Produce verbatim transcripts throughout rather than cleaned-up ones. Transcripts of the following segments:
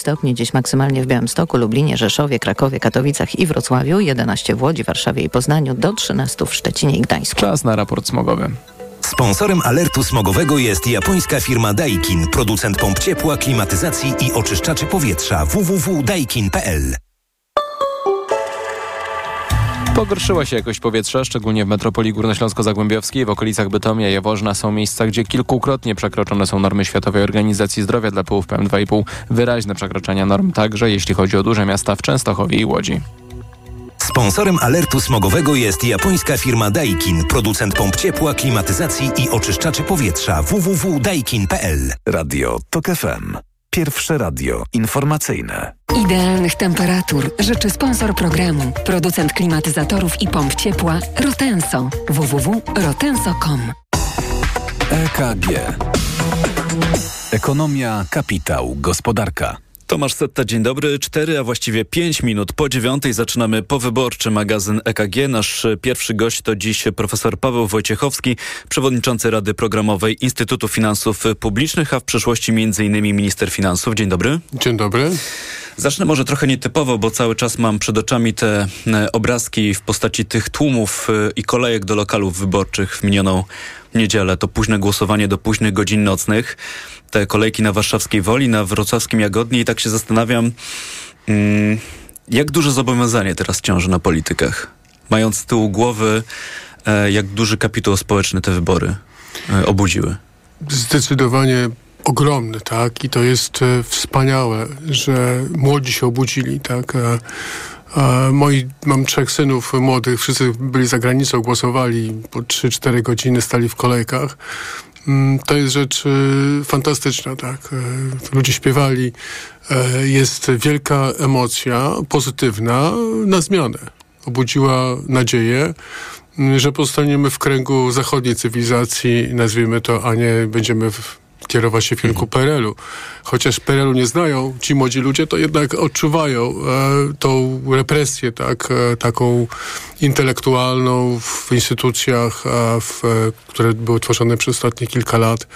stopni, dziś maksymalnie w Białymstoku, Lublinie, Rzeszowie, Krakowie, Katowicach i Wrocławiu, jedenaście w Łodzi, Warszawie i Poznaniu, do trzynastu w Szczecinie i Gdańsku. Czas na raport smogowy. Sponsorem alertu smogowego jest japońska firma Daikin, producent pomp ciepła, klimatyzacji i oczyszczaczy powietrza. w w w kropka daikin kropka p l. Pogorszyła się jakość powietrza, szczególnie w metropolii górnośląsko-zagłębiowskiej. W okolicach Bytomia i Jaworzna są miejsca, gdzie kilkukrotnie przekroczone są normy Światowej Organizacji Zdrowia dla pyłów P M dwa i pół. Wyraźne przekroczenia norm także, jeśli chodzi o duże miasta w Częstochowie i Łodzi. Sponsorem alertu smogowego jest japońska firma Daikin, producent pomp ciepła, klimatyzacji i oczyszczaczy powietrza. w w w kropka daikin kropka p l. Radio Tok F M. Pierwsze radio informacyjne. Idealnych temperatur życzy sponsor programu, producent klimatyzatorów i pomp ciepła Rotenso. w w w kropka rotenso kropka com. E K G. Ekonomia, kapitał, gospodarka. Tomasz Setta, dzień dobry. Cztery, a właściwie pięć minut po dziewiątej zaczynamy powyborczy magazyn E K G. Nasz pierwszy gość to dziś profesor Paweł Wojciechowski, przewodniczący Rady Programowej Instytutu Finansów Publicznych, a w przyszłości między innymi minister finansów. Dzień dobry. Dzień dobry. Zacznę może trochę nietypowo, bo cały czas mam przed oczami te obrazki w postaci tych tłumów i kolejek do lokalów wyborczych w minioną niedzielę. To późne głosowanie do późnych godzin nocnych. Te kolejki na warszawskiej Woli, na wrocławskim Jagodnie i tak się zastanawiam, mm, jak duże zobowiązanie teraz ciąży na politykach? Mając z tyłu głowy, e, jak duży kapitał społeczny te wybory e, obudziły? Zdecydowanie ogromny, tak? I to jest e, wspaniałe, że młodzi się obudzili, tak? E, e, moi, mam trzech synów młodych, wszyscy byli za granicą, głosowali po trzy cztery godziny, stali w kolejkach. To jest rzecz y, fantastyczna, tak. Y, ludzie śpiewali, y, jest wielka emocja, pozytywna, na zmianę. Obudziła nadzieję, y, że pozostaniemy w kręgu zachodniej cywilizacji, nazwijmy to, a nie będziemy w kierować się w kierunku P R L u. Chociaż P R L u nie znają ci młodzi ludzie, to jednak odczuwają e, tą represję, tak, e, taką intelektualną w instytucjach, e, w, e, które były tworzone przez ostatnie kilka lat.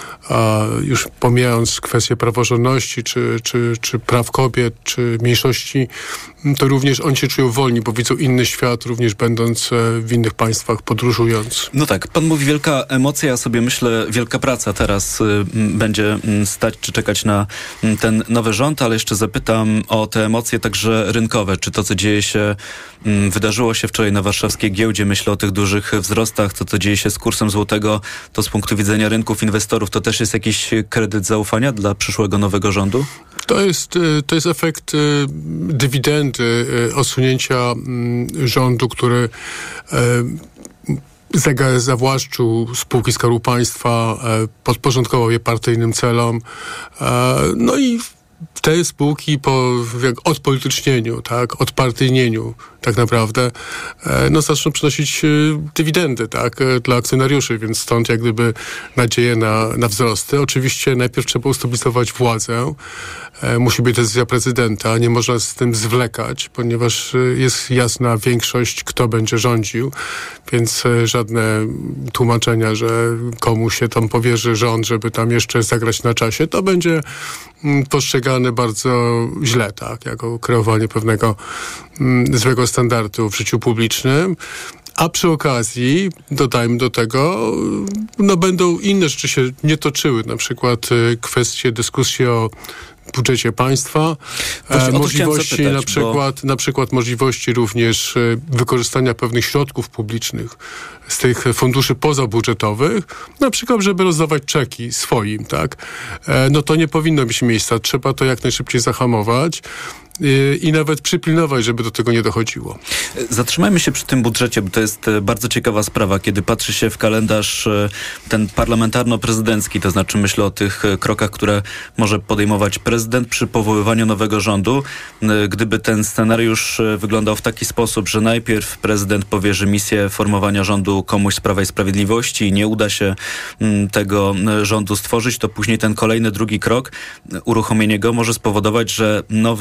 A już pomijając kwestie praworządności, czy, czy, czy praw kobiet, czy mniejszości, to również oni się czują wolni, bo widzą inny świat, również będąc w innych państwach, podróżując. No tak, pan mówi wielka emocja, ja sobie myślę wielka praca teraz y, będzie stać czy czekać na y, ten nowy rząd, ale jeszcze zapytam o te emocje także rynkowe. Czy to, co dzieje się, y, wydarzyło się wczoraj na warszawskiej giełdzie, myślę o tych dużych wzrostach, to, co dzieje się z kursem złotego, to z punktu widzenia rynków inwestorów, to też jest jakiś kredyt zaufania dla przyszłego nowego rządu? To jest, to jest efekt dywidendy, odsunięcia rządu, który zawłaszczył spółki Skarbu Państwa, podporządkował je partyjnym celom. No i te spółki po jak odpolitycznieniu, tak, odpartyjnieniu tak naprawdę, no zaczną przynosić dywidendy, tak, dla akcjonariuszy, więc stąd jak gdyby nadzieję na, na wzrosty. Oczywiście najpierw trzeba ustabilizować władzę, musi być decyzja prezydenta, nie można z tym zwlekać, ponieważ jest jasna większość, kto będzie rządził, więc żadne tłumaczenia, że komuś się tam powierzy rząd, żeby tam jeszcze zagrać na czasie, to będzie postrzegane bardzo źle, tak, jako kreowanie pewnego mm, złego standardu w życiu publicznym. A przy okazji, dodajmy do tego, no będą inne rzeczy się nie toczyły, na przykład y, kwestie dyskusji o budżecie państwa, e, możliwości zapytać, na przykład, bo... na przykład możliwości również e, wykorzystania pewnych środków publicznych z tych funduszy pozabudżetowych, na przykład, żeby rozdawać czeki swoim, tak? E, no to nie powinno mieć miejsca. Trzeba to jak najszybciej zahamować i nawet przypilnować, żeby do tego nie dochodziło. Zatrzymajmy się przy tym budżecie, bo to jest bardzo ciekawa sprawa, kiedy patrzy się w kalendarz ten parlamentarno-prezydencki, to znaczy myślę o tych krokach, które może podejmować prezydent przy powoływaniu nowego rządu. Gdyby ten scenariusz wyglądał w taki sposób, że najpierw prezydent powierzy misję formowania rządu komuś z Prawa i Sprawiedliwości i nie uda się tego rządu stworzyć, to później ten kolejny drugi krok, uruchomienie go może spowodować, że nowy rząd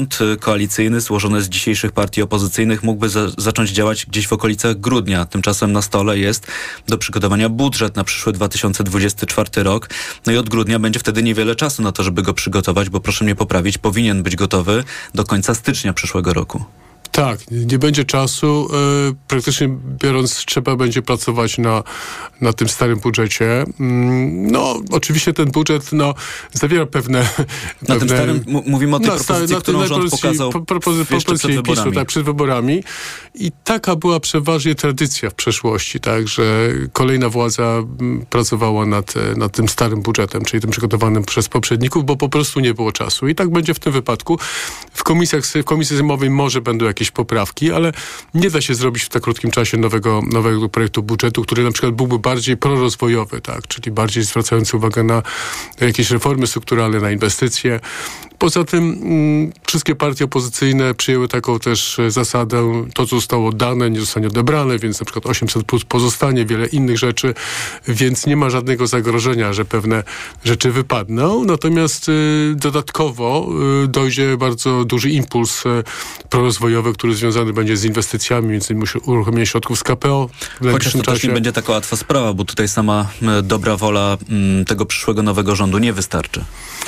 rząd koalicyjny złożony z dzisiejszych partii opozycyjnych mógłby za- zacząć działać gdzieś w okolicach grudnia. Tymczasem na stole jest do przygotowania budżet na przyszły dwa tysiące dwudziesty czwarty rok. No i od grudnia będzie wtedy niewiele czasu na to, żeby go przygotować, bo proszę mnie poprawić, powinien być gotowy do końca stycznia przyszłego roku. Tak, nie będzie czasu. E, praktycznie biorąc, trzeba będzie pracować na, na tym starym budżecie. Mm, no, oczywiście ten budżet no, zawiera pewne... Na pewne, tym starym m- mówimy o tej na propozycji, na którą na rząd propozycji, pokazał po, propozy, jeszcze propozycji przed wyborami. PiSu, tak, przed wyborami. I taka była przeważnie tradycja w przeszłości, tak, że kolejna władza m, pracowała nad, nad tym starym budżetem, czyli tym przygotowanym przez poprzedników, bo po prostu nie było czasu. I tak będzie w tym wypadku. W komisjach, w komisji sejmowej może będą jakieś poprawki, ale nie da się zrobić w tak krótkim czasie nowego, nowego projektu budżetu, który na przykład byłby bardziej prorozwojowy, tak, czyli bardziej zwracający uwagę na jakieś reformy strukturalne, na inwestycje. Poza tym mm, wszystkie partie opozycyjne przyjęły taką też zasadę, to co zostało dane nie zostanie odebrane, więc na przykład osiemset plus pozostanie, wiele innych rzeczy, więc nie ma żadnego zagrożenia, że pewne rzeczy wypadną. Natomiast y, dodatkowo y, dojdzie bardzo duży impuls y, prorozwojowy, który związany będzie z inwestycjami, między innymi uruchomienie środków z K P O w Chociaż najbliższym to też czasie. nie będzie taka łatwa sprawa, bo tutaj sama e, dobra wola m, tego przyszłego nowego rządu nie wystarczy.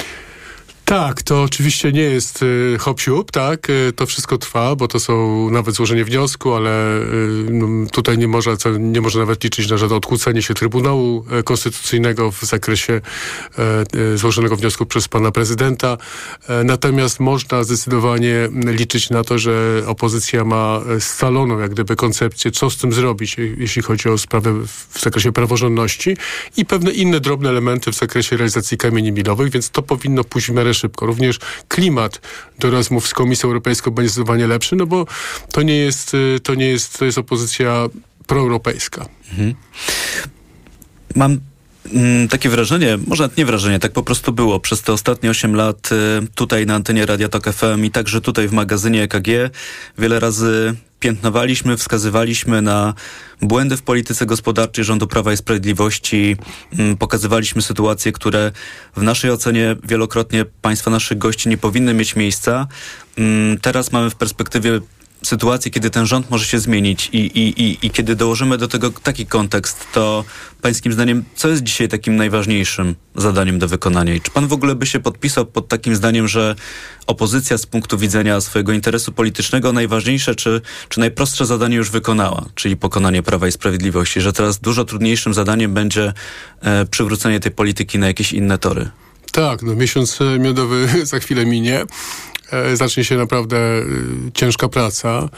Tak, to oczywiście nie jest y, hop-siup, tak, y, to wszystko trwa, bo to są nawet złożenie wniosku, ale y, no, tutaj nie można, nie można nawet liczyć na żadne odkłócenie się Trybunału y, Konstytucyjnego w zakresie y, y, złożonego wniosku przez pana prezydenta. Y, natomiast można zdecydowanie liczyć na to, że opozycja ma scaloną jak gdyby koncepcję, co z tym zrobić, jeśli chodzi o sprawę w zakresie praworządności i pewne inne drobne elementy w zakresie realizacji kamieni milowych, więc to powinno pójść w miarę szybko. Również klimat do rozmów z Komisją Europejską będzie zdecydowanie lepszy, no bo to nie jest, to nie jest, to jest opozycja proeuropejska. Mhm. Mam mm, takie wrażenie, może nawet nie wrażenie, tak po prostu było przez te ostatnie osiem lat y, tutaj na antenie Radia Tok F M i także tutaj w magazynie E K G wiele razy piętnowaliśmy, wskazywaliśmy na błędy w polityce gospodarczej rządu Prawa i Sprawiedliwości, mm, pokazywaliśmy sytuacje, które w naszej ocenie wielokrotnie państwa naszych gości nie powinny mieć miejsca. Mm, teraz mamy w perspektywie sytuację, kiedy ten rząd może się zmienić i, i, i, i kiedy dołożymy do tego taki kontekst, to pańskim zdaniem, co jest dzisiaj takim najważniejszym zadaniem do wykonania? I czy pan w ogóle by się podpisał pod takim zdaniem, że opozycja z punktu widzenia swojego interesu politycznego najważniejsze czy, czy najprostsze zadanie już wykonała, czyli pokonanie Prawa i Sprawiedliwości, że teraz dużo trudniejszym zadaniem będzie e, przywrócenie tej polityki na jakieś inne tory? Tak, no miesiąc miodowy za chwilę minie. E, zacznie się naprawdę e, ciężka praca,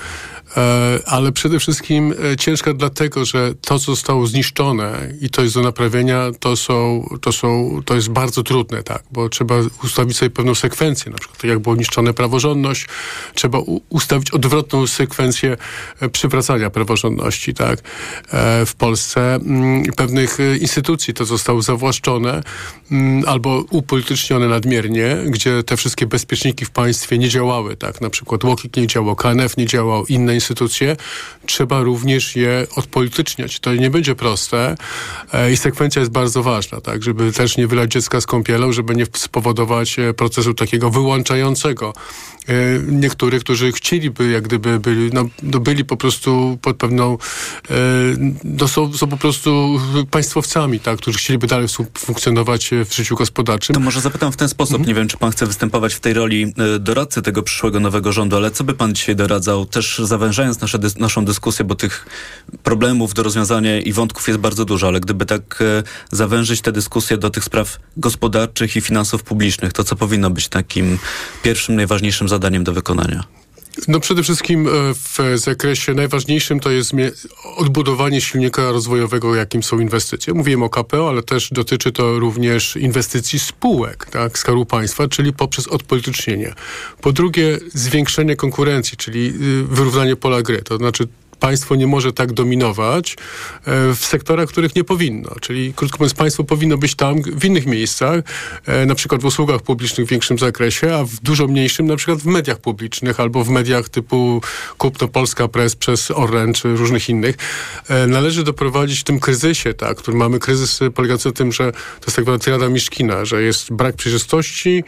e, ale przede wszystkim e, ciężka dlatego, że to, co zostało zniszczone i to jest do naprawienia, to są, to są, to jest bardzo trudne, tak, bo trzeba ustawić sobie pewną sekwencję, na przykład jak było niszczone praworządność, trzeba u, ustawić odwrotną sekwencję e, przywracania praworządności, tak, e, w Polsce. M, pewnych e, instytucji to zostało zawłaszczone m, albo upolitycznione nadmiernie, gdzie te wszystkie bezpieczniki w państwie nie działały, tak? Na przykład UOKiK nie działał, K N F nie działał, inne instytucje. Trzeba również je odpolityczniać. To nie będzie proste e, i sekwencja jest bardzo ważna, tak? Żeby też nie wylać dziecka z kąpielą, żeby nie spowodować e, procesu takiego wyłączającego e, niektórych, którzy chcieliby, jak gdyby byli, no, no byli po prostu pod pewną, e, no są, są po prostu państwowcami, tak? Którzy chcieliby dalej funkcjonować w życiu gospodarczym. To może zapytam w ten sposób. Mhm. Nie wiem, czy pan chce występować w tej roli e, doradcy tego przyszłego nowego rządu, ale co by pan dzisiaj doradzał, też zawężając nasze dys- naszą dyskusję, bo tych problemów do rozwiązania i wątków jest bardzo dużo, ale gdyby tak e, zawężyć tę dyskusję do tych spraw gospodarczych i finansów publicznych, to co powinno być takim pierwszym, najważniejszym zadaniem do wykonania? No przede wszystkim w zakresie najważniejszym to jest odbudowanie silnika rozwojowego, jakim są inwestycje. Mówiłem o K P O, ale też dotyczy to również inwestycji spółek, tak, Skarbu Państwa, czyli poprzez odpolitycznienie. Po drugie, zwiększenie konkurencji, czyli wyrównanie pola gry. To znaczy państwo nie może tak dominować w sektorach, w których nie powinno. Czyli, krótko mówiąc, państwo powinno być tam w innych miejscach, na przykład w usługach publicznych w większym zakresie, a w dużo mniejszym na przykład w mediach publicznych albo w mediach typu Kupno, Polska Press przez Orlen czy różnych innych. Należy doprowadzić w tym kryzysie, tak, który mamy kryzys polegający na tym, że to jest tak zwana triada Miszkina, że jest brak przejrzystości,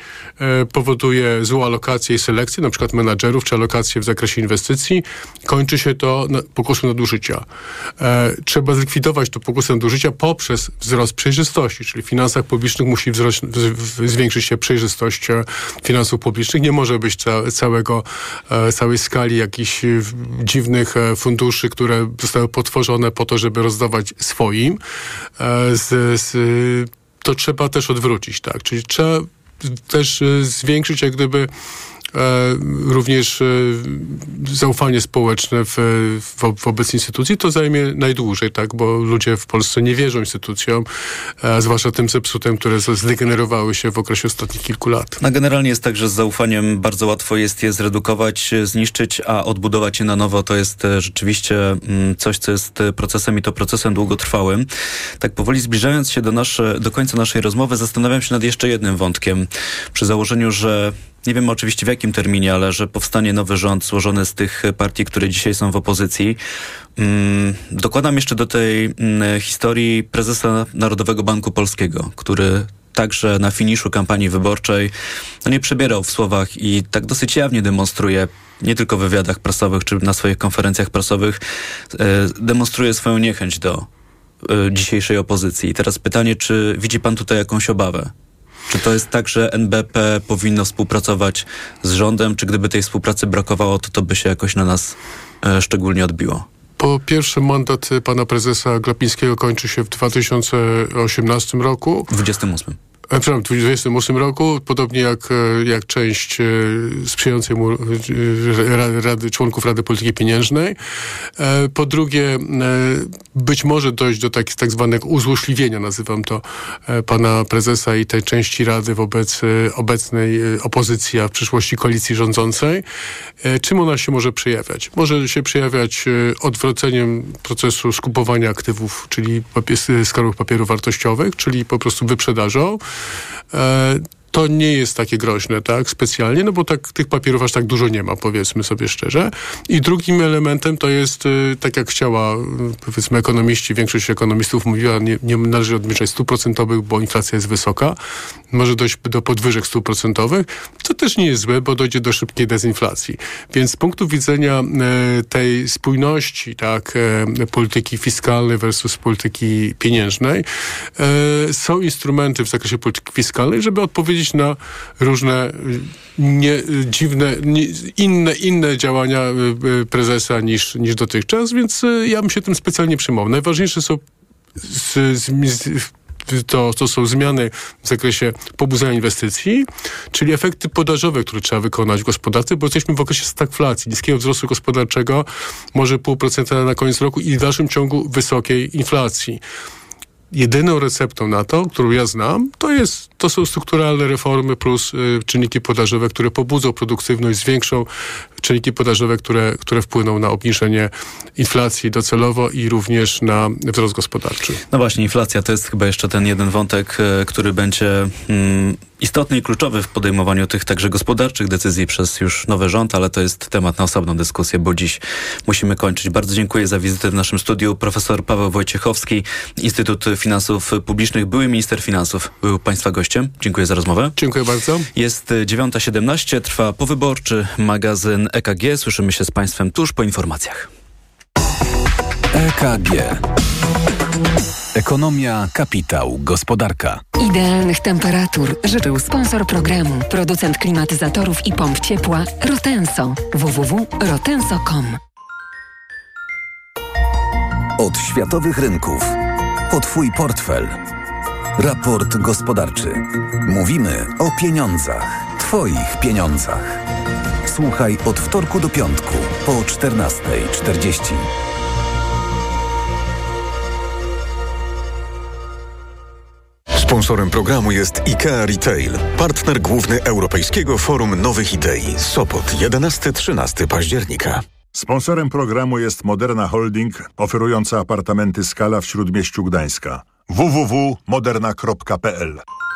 powoduje złą alokację i selekcję, na przykład menadżerów, czy alokację w zakresie inwestycji. Kończy się to na, pokusem nadużycia. E, trzeba zlikwidować to pokusę nadużycia poprzez wzrost przejrzystości, czyli w finansach publicznych musi wzrost, w, w, zwiększyć się przejrzystość finansów publicznych. Nie może być ca, całego, e, całej skali jakichś dziwnych e, funduszy, które zostały potworzone po to, żeby rozdawać swoim. E, z, z, to trzeba też odwrócić, tak? Czyli trzeba też e, zwiększyć jak gdyby E, również e, zaufanie społeczne w, w, wobec instytucji. To zajmie najdłużej, tak, bo ludzie w Polsce nie wierzą instytucjom, a zwłaszcza tym zepsutym, które zdegenerowały się w okresie ostatnich kilku lat. No generalnie jest tak, że z zaufaniem bardzo łatwo jest je zredukować, zniszczyć, a odbudować je na nowo to jest rzeczywiście mm, coś, co jest procesem i to procesem długotrwałym. Tak powoli zbliżając się do, nasze, do końca naszej rozmowy, zastanawiam się nad jeszcze jednym wątkiem. Przy założeniu, że nie wiem oczywiście w jakim terminie, ale że powstanie nowy rząd złożony z tych partii, które dzisiaj są w opozycji. Hmm, dokładam jeszcze do tej hmm, historii prezesa Narodowego Banku Polskiego, który także na finiszu kampanii wyborczej no nie przebierał w słowach i tak dosyć jawnie demonstruje, nie tylko w wywiadach prasowych czy na swoich konferencjach prasowych, e, demonstruje swoją niechęć do e, dzisiejszej opozycji. I teraz pytanie, czy widzi pan tutaj jakąś obawę? Czy to jest tak, że N B P powinno współpracować z rządem, czy gdyby tej współpracy brakowało, to to by się jakoś na nas e, szczególnie odbiło? Po pierwsze, mandat pana prezesa Glapińskiego kończy się w dwa tysiące osiemnastym roku. dwudziestym ósmym. Przepraszam, w dwa tysiące dwudziestym ósmym roku, podobnie jak, jak część sprzyjającej mu rady, członków Rady Polityki Pieniężnej. Po drugie, być może dojść do tak, tak zwanego uzłośliwienia, nazywam to, pana prezesa i tej części Rady wobec obecnej opozycji, a w przyszłości koalicji rządzącej. Czym ona się może przejawiać? Może się przejawiać odwróceniem procesu skupowania aktywów, czyli skarbów papierów wartościowych, czyli po prostu wyprzedażą. E, to nie jest takie groźne, tak, specjalnie, no bo tak, tych papierów aż tak dużo nie ma, powiedzmy sobie szczerze. I drugim elementem to jest, y, tak jak chciała, y, powiedzmy, ekonomiści, większość ekonomistów mówiła, nie, nie należy odmierzać stóp procentowych, bo inflacja jest wysoka. Może dojść do podwyżek stóp procentowych, co też nie jest złe, bo dojdzie do szybkiej dezinflacji. Więc z punktu widzenia y, tej spójności, tak, y, polityki fiskalnej versus polityki pieniężnej, y, są instrumenty w zakresie polityki fiskalnej, żeby odpowiedzieć na różne nie, dziwne, nie, inne, inne działania prezesa niż, niż dotychczas, więc ja bym się tym specjalnie przejmował. Najważniejsze są z, z, z, to, to są zmiany w zakresie pobudzania inwestycji, czyli efekty podażowe, które trzeba wykonać w gospodarce, bo jesteśmy w okresie stagflacji, niskiego wzrostu gospodarczego, może pół procenta na koniec roku i w dalszym ciągu wysokiej inflacji. Jedyną receptą na to, którą ja znam, to, jest, to są strukturalne reformy plus y, czynniki podażowe, które pobudzą produktywność, zwiększą czynniki podażowe, które, które wpłyną na obniżenie inflacji docelowo i również na wzrost gospodarczy. No właśnie, inflacja to jest chyba jeszcze ten jeden wątek, y, który będzie mm, istotny i kluczowy w podejmowaniu tych także gospodarczych decyzji przez już nowy rząd, ale to jest temat na osobną dyskusję, bo dziś musimy kończyć. Bardzo dziękuję za wizytę w naszym studiu. Profesor Paweł Wojciechowski, Instytut Finansów Publicznych, były minister finansów, był państwa gościem. Dziękuję za rozmowę. Dziękuję bardzo. Jest dziewiąta siedemnaście, trwa powyborczy magazyn E K G. Słyszymy się z państwem tuż po informacjach. E K G. Ekonomia, kapitał, gospodarka. Idealnych temperatur życzył sponsor programu, producent klimatyzatorów i pomp ciepła Rotenso. w w w kropka rotenso kropka com. Od światowych rynków po Twój portfel. Raport gospodarczy. Mówimy o pieniądzach. Twoich pieniądzach. Słuchaj od wtorku do piątku po czternasta czterdzieści. Sponsorem programu jest IKEA Retail, partner główny Europejskiego Forum Nowych Idei. Sopot, jedenastego do trzynastego października. Sponsorem programu jest Moderna Holding, oferująca apartamenty Skala w Śródmieściu Gdańska. w w w kropka moderna kropka p l.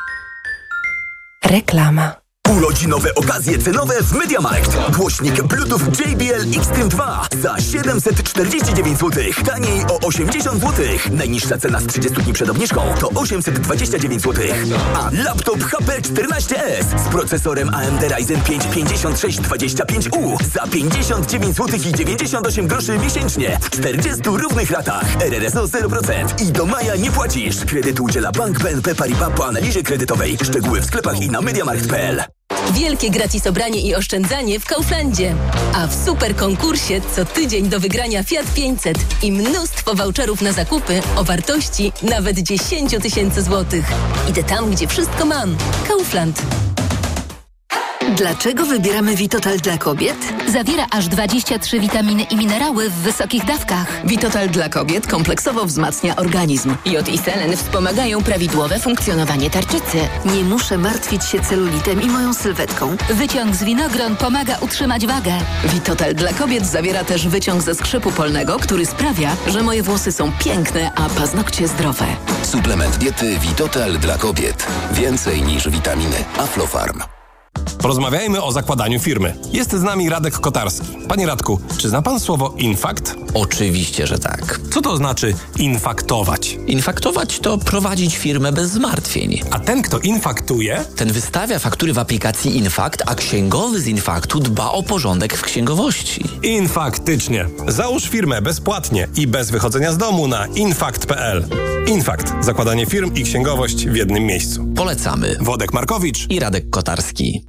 Reklama. Urodzinowe okazje cenowe w MediaMarkt. Głośnik Bluetooth J B L Xtreme dwa za siedemset czterdzieści dziewięć złotych. Taniej o osiemdziesiąt złotych. Najniższa cena z trzydziestu dni przed obniżką to osiemset dwadzieścia dziewięć złotych. A laptop H P czternaście S z procesorem A M D Ryzen pięć pięćdziesiąt sześć dwadzieścia pięć U za pięćdziesiąt dziewięć złotych i dziewięćdziesiąt osiem groszy miesięcznie w czterdziestu równych ratach. R R S O zero procent i do maja nie płacisz. Kredyt udziela Bank B N P Paribas po analizie kredytowej. Szczegóły w sklepach i na mediamarkt kropka p l. Wielkie gratis obranie i oszczędzanie w Kauflandzie. A w super konkursie co tydzień do wygrania Fiat pięćset i mnóstwo voucherów na zakupy o wartości nawet dziesięć tysięcy złotych. Idę tam, gdzie wszystko mam. Kaufland. Dlaczego wybieramy Vitotal dla kobiet? Zawiera aż dwadzieścia trzy witaminy i minerały w wysokich dawkach. Vitotal dla kobiet kompleksowo wzmacnia organizm. Jod i selen wspomagają prawidłowe funkcjonowanie tarczycy. Nie muszę martwić się celulitem i moją sylwetką. Wyciąg z winogron pomaga utrzymać wagę. Vitotal dla kobiet zawiera też wyciąg ze skrzypu polnego, który sprawia, że moje włosy są piękne, a paznokcie zdrowe. Suplement diety Vitotal dla kobiet. Więcej niż witaminy. Aflofarm. Porozmawiajmy o zakładaniu firmy. Jest z nami Radek Kotarski. Panie Radku, czy zna pan słowo infakt? Oczywiście, że tak. Co to znaczy infaktować? Infaktować to prowadzić firmę bez zmartwień. A ten, kto infaktuje? Ten wystawia faktury w aplikacji Infakt, a księgowy z Infaktu dba o porządek w księgowości. Infaktycznie. Załóż firmę bezpłatnie i bez wychodzenia z domu na infakt kropka p l. Infakt. Zakładanie firm i księgowość w jednym miejscu. Polecamy. Wodek Markowicz i Radek Kotarski.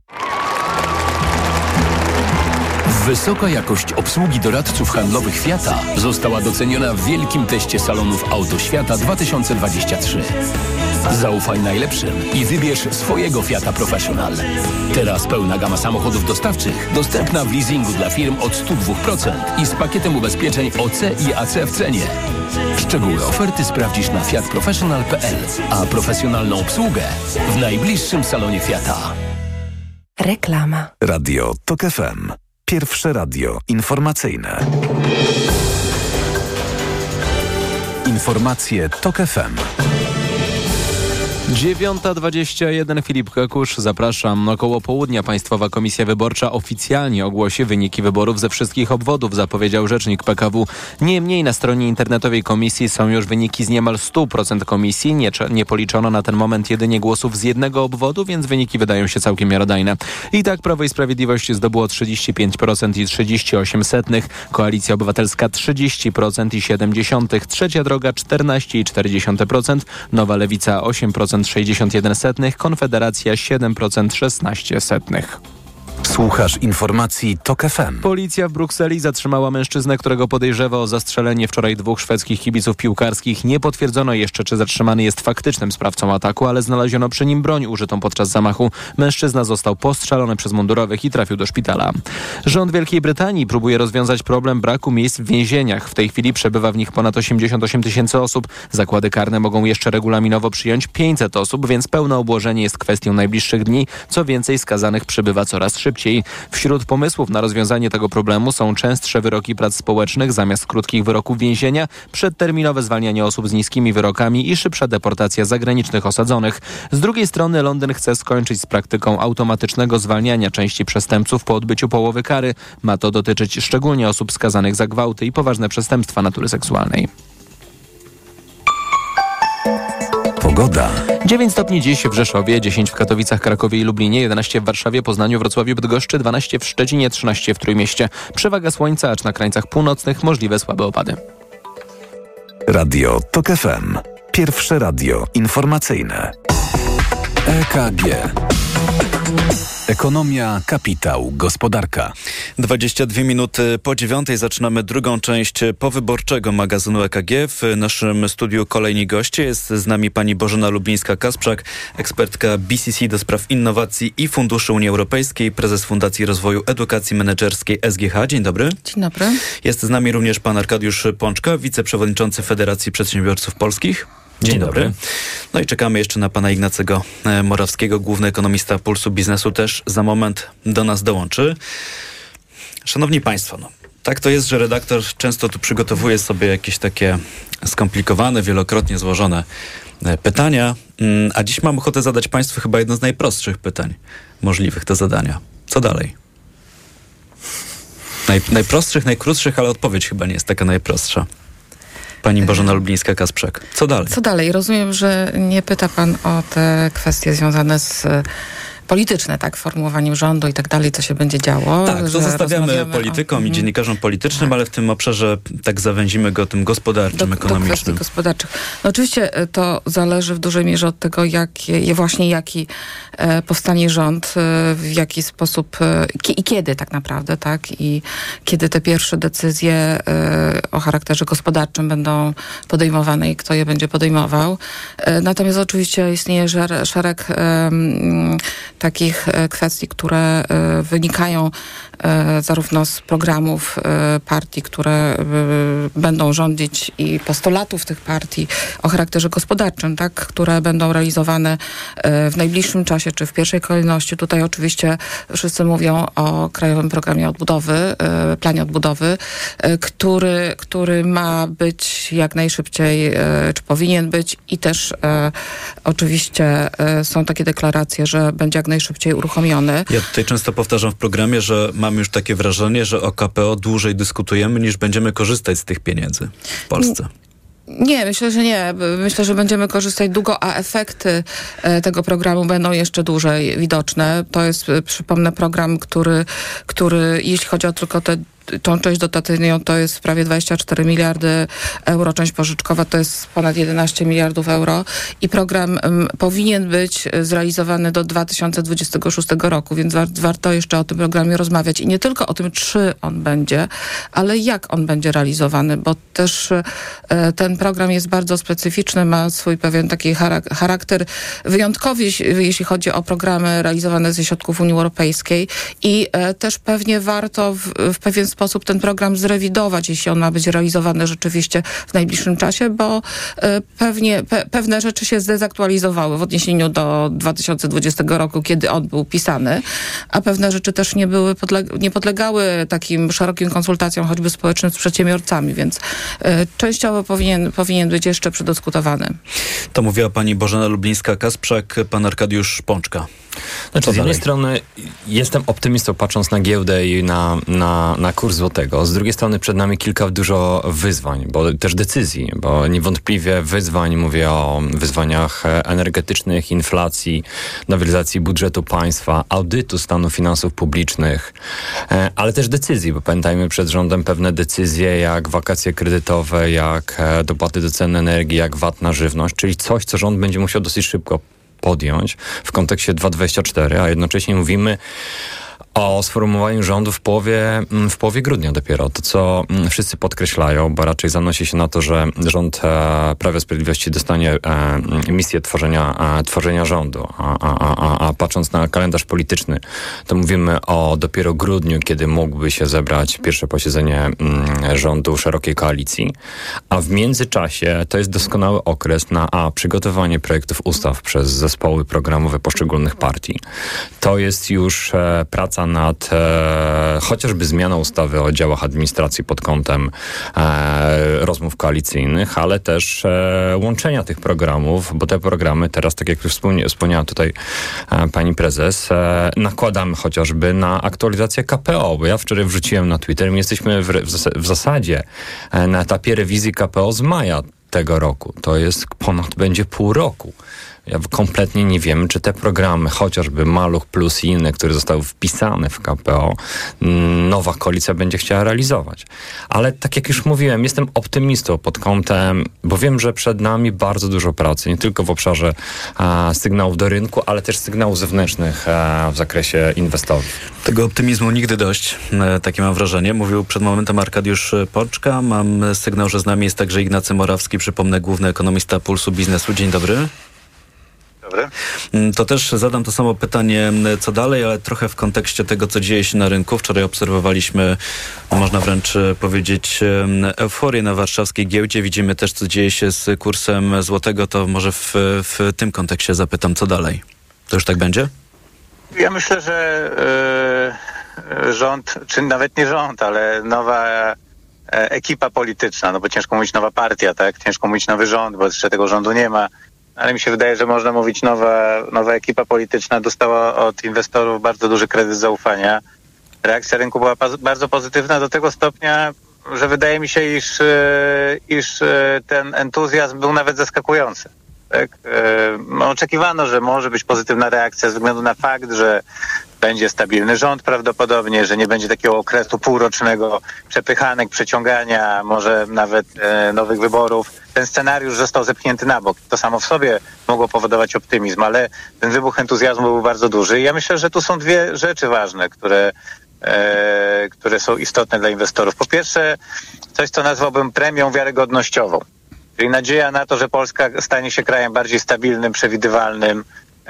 Wysoka jakość obsługi doradców handlowych Fiata została doceniona w wielkim teście salonów Auto Świata dwa tysiące dwadzieścia trzy. Zaufaj najlepszym i wybierz swojego Fiata Professional. Teraz pełna gama samochodów dostawczych dostępna w leasingu dla firm od sto dwa procent i z pakietem ubezpieczeń O C i A C w cenie. Szczegóły oferty sprawdzisz na fiat professional kropka p l, a profesjonalną obsługę w najbliższym salonie Fiata. Reklama. Radio TOK F M. Pierwsze radio informacyjne. Informacje TOK F M. dziewiąta dwadzieścia jeden, Filip Kakusz, zapraszam. Około południa Państwowa Komisja Wyborcza oficjalnie ogłosi wyniki wyborów ze wszystkich obwodów, zapowiedział rzecznik P K W. Niemniej na stronie internetowej komisji są już wyniki z niemal stu procent komisji. Nie, nie policzono na ten moment jedynie głosów z jednego obwodu, więc wyniki wydają się całkiem miarodajne. I tak Prawo i Sprawiedliwość zdobyło trzydzieści pięć procent i trzydzieści osiem setnych, Koalicja Obywatelska trzydzieści procent i siedem dziesiątych, Trzecia Droga czternaście i cztery dziesiąte procent, Nowa Lewica osiem procent sześćdziesiąt jeden setnych, Konfederacja siedem procent szesnaście setnych. Słuchasz informacji TOK F M. Policja w Brukseli zatrzymała mężczyznę, którego podejrzewa o zastrzelenie wczoraj dwóch szwedzkich kibiców piłkarskich. Nie potwierdzono jeszcze, czy zatrzymany jest faktycznym sprawcą ataku, ale znaleziono przy nim broń użytą podczas zamachu. Mężczyzna został postrzelony przez mundurowych i trafił do szpitala. Rząd Wielkiej Brytanii próbuje rozwiązać problem braku miejsc w więzieniach. W tej chwili przebywa w nich ponad osiemdziesiąt osiem tysięcy osób. Zakłady karne mogą jeszcze regulaminowo przyjąć pięćset osób, więc pełne obłożenie jest kwestią najbliższych dni. Co więcej, skazanych przybywa coraz szybciej. Wśród pomysłów na rozwiązanie tego problemu są częstsze wyroki prac społecznych zamiast krótkich wyroków więzienia, przedterminowe zwalnianie osób z niskimi wyrokami i szybsza deportacja zagranicznych osadzonych. Z drugiej strony Londyn chce skończyć z praktyką automatycznego zwalniania części przestępców po odbyciu połowy kary. Ma to dotyczyć szczególnie osób skazanych za gwałty i poważne przestępstwa natury seksualnej. Pogoda. dziewięć stopni dziś w Rzeszowie, dziesięć w Katowicach, Krakowie i Lublinie, jedenaście w Warszawie, Poznaniu, Wrocławiu, Bydgoszczy, dwanaście w Szczecinie, trzynaście w Trójmieście. Przewaga słońca, acz na krańcach północnych możliwe słabe opady. Radio TOK F M. Pierwsze radio informacyjne. E K G. Ekonomia, kapitał, gospodarka. dwadzieścia dwie minuty po dziewiątej zaczynamy drugą część powyborczego magazynu E K G. W naszym studiu kolejni goście. Jest z nami pani Bożena Lublińska-Kasprzak, ekspertka B C C do spraw innowacji i funduszy Unii Europejskiej, prezes Fundacji Rozwoju Edukacji Menedżerskiej S G H. Dzień dobry. Dzień dobry. Jest z nami również pan Arkadiusz Pączka, wiceprzewodniczący Federacji Przedsiębiorców Polskich. Dzień, Dzień dobry. dobry. No i czekamy jeszcze na pana Ignacego Morawskiego, główny ekonomista Pulsu Biznesu, też za moment do nas dołączy. Szanowni państwo, no, Tak to jest, że redaktor często tu przygotowuje sobie jakieś takie skomplikowane, wielokrotnie złożone pytania, a dziś mam ochotę zadać Państwu chyba jedno z najprostszych pytań możliwych do zadania. Co dalej? Naj, najprostszych, najkrótszych, ale odpowiedź chyba nie jest taka najprostsza. Pani Bożena Lublińska-Kasprzak. Co dalej? Co dalej? Rozumiem, że nie pyta pan o te kwestie związane z polityczne, tak, formułowaniem rządu i tak dalej, co się będzie działo. Tak, to zostawiamy politykom o... i dziennikarzom politycznym, ale w tym obszarze tak zawęzimy go tym gospodarczym, do, ekonomicznym. Do kwestii gospodarczych. No oczywiście to zależy w dużej mierze od tego, jaki, właśnie jaki e, powstanie rząd, e, w jaki sposób e, ki, i kiedy tak naprawdę, tak, i kiedy te pierwsze decyzje e, o charakterze gospodarczym będą podejmowane i kto je będzie podejmował. E, natomiast oczywiście istnieje żer, szereg e, takich kwestii, które wynikają zarówno z programów partii, które będą rządzić i postulatów tych partii o charakterze gospodarczym, tak, które będą realizowane w najbliższym czasie, czy w pierwszej kolejności. Tutaj oczywiście wszyscy mówią o Krajowym Programie Odbudowy, Planie Odbudowy, który, który ma być jak najszybciej, czy powinien być i też oczywiście są takie deklaracje, że będzie jak najszybciej uruchomiony. Ja tutaj często powtarzam w programie, że mam już takie wrażenie, że o K P O dłużej dyskutujemy, niż będziemy korzystać z tych pieniędzy w Polsce. Nie, myślę, że nie. Myślę, że będziemy korzystać długo, a efekty tego programu będą jeszcze dłużej widoczne. To jest, przypomnę, program, który, który jeśli chodzi o tylko te tą część dotacyjną, to jest prawie dwadzieścia cztery miliardy euro, część pożyczkowa to jest ponad jedenaście miliardów euro i program um, powinien być zrealizowany do dwa tysiące dwudziestego szóstego roku, więc war, warto jeszcze o tym programie rozmawiać i nie tylko o tym, czy on będzie, ale jak on będzie realizowany, bo też e, ten program jest bardzo specyficzny, ma swój pewien taki charak- charakter wyjątkowy, jeśli chodzi o programy realizowane ze środków Unii Europejskiej i e, też pewnie warto w, w pewien sposób sposób ten program zrewidować, jeśli on ma być realizowany rzeczywiście w najbliższym czasie, bo e, pewnie pe, pewne rzeczy się zdezaktualizowały w odniesieniu do dwa tysiące dwudziestego roku, kiedy on był pisany, a pewne rzeczy też nie były podle- nie podlegały takim szerokim konsultacjom, choćby społecznym z przedsiębiorcami, więc e, częściowo powinien, powinien być jeszcze przedyskutowany. To mówiła pani Bożena Lublińska-Kasprzak, pan Arkadiusz Pączka. Znaczy, z jednej strony jestem optymistą, patrząc na giełdę i na, na, na kurs złotego. Z drugiej strony przed nami kilka dużo wyzwań, bo też decyzji, bo niewątpliwie wyzwań, mówię o wyzwaniach energetycznych, inflacji, nowelizacji budżetu państwa, audytu stanu finansów publicznych, ale też decyzji, bo pamiętajmy przed rządem pewne decyzje jak wakacje kredytowe, jak dopłaty do cen energii, jak V A T na żywność, czyli coś, co rząd będzie musiał dosyć szybko podjąć w kontekście dwa tysiące dwudziestego czwartego, a jednocześnie mówimy o sformułowaniu rządu w połowie, w połowie grudnia dopiero. To, co wszyscy podkreślają, bo raczej zanosi się na to, że rząd e, Prawa i Sprawiedliwości dostanie e, misję tworzenia, e, tworzenia rządu. A, a, a, a patrząc na kalendarz polityczny, to mówimy o dopiero grudniu, kiedy mógłby się zebrać pierwsze posiedzenie m, rządu szerokiej koalicji. A w międzyczasie to jest doskonały okres na a. przygotowanie projektów ustaw przez zespoły programowe poszczególnych partii. To jest już e, praca nad e, chociażby zmianą ustawy o działach administracji pod kątem e, rozmów koalicyjnych, ale też e, łączenia tych programów, bo te programy teraz, tak jak już wspomnia, wspomniała tutaj e, pani prezes, e, nakładamy chociażby na aktualizację K P O, bo ja wczoraj wrzuciłem na Twitter, my jesteśmy w, w, zas- w zasadzie e, na etapie rewizji K P O z maja tego roku. To jest ponad będzie pół roku. Ja kompletnie nie wiem, czy te programy, chociażby Maluch Plus i inne, które zostały wpisane w K P O, nowa koalicja będzie chciała realizować. Ale tak jak już mówiłem, jestem optymistą pod kątem, bo wiem, że przed nami bardzo dużo pracy, nie tylko w obszarze a, sygnałów do rynku, ale też sygnałów zewnętrznych a, w zakresie inwestorów. Tego optymizmu nigdy dość, e, takie mam wrażenie. Mówił przed momentem Arkadiusz Pączka. Mam sygnał, że z nami jest także Ignacy Morawski, przypomnę, główny ekonomista Pulsu Biznesu. Dzień dobry. Dobry. To też zadam to samo pytanie, co dalej, ale trochę w kontekście tego, co dzieje się na rynku. Wczoraj obserwowaliśmy, można wręcz powiedzieć, euforię na warszawskiej giełdzie. Widzimy też, co dzieje się z kursem złotego. To może w, w tym kontekście zapytam, co dalej? To już tak będzie? Ja myślę, że, rząd, czy nawet nie rząd, ale nowa e, ekipa polityczna, no bo ciężko mówić nowa partia, tak? Ciężko mówić nowy rząd, bo jeszcze tego rządu nie ma. Ale mi się wydaje, że można mówić nowa, nowa ekipa polityczna dostała od inwestorów bardzo duży kredyt zaufania. Reakcja rynku była bardzo pozytywna do tego stopnia, że wydaje mi się, iż, iż ten entuzjazm był nawet zaskakujący. Tak? No, oczekiwano, że może być pozytywna reakcja ze względu na fakt, że będzie stabilny rząd prawdopodobnie, że nie będzie takiego okresu półrocznego przepychanek, przeciągania, może nawet e, nowych wyborów. Ten scenariusz został zepchnięty na bok. To samo w sobie mogło powodować optymizm, ale ten wybuch entuzjazmu był bardzo duży. I ja myślę, że tu są dwie rzeczy ważne, które, e, które są istotne dla inwestorów. Po pierwsze, coś, co nazwałbym premią wiarygodnościową. Czyli nadzieja na to, że Polska stanie się krajem bardziej stabilnym, przewidywalnym, e,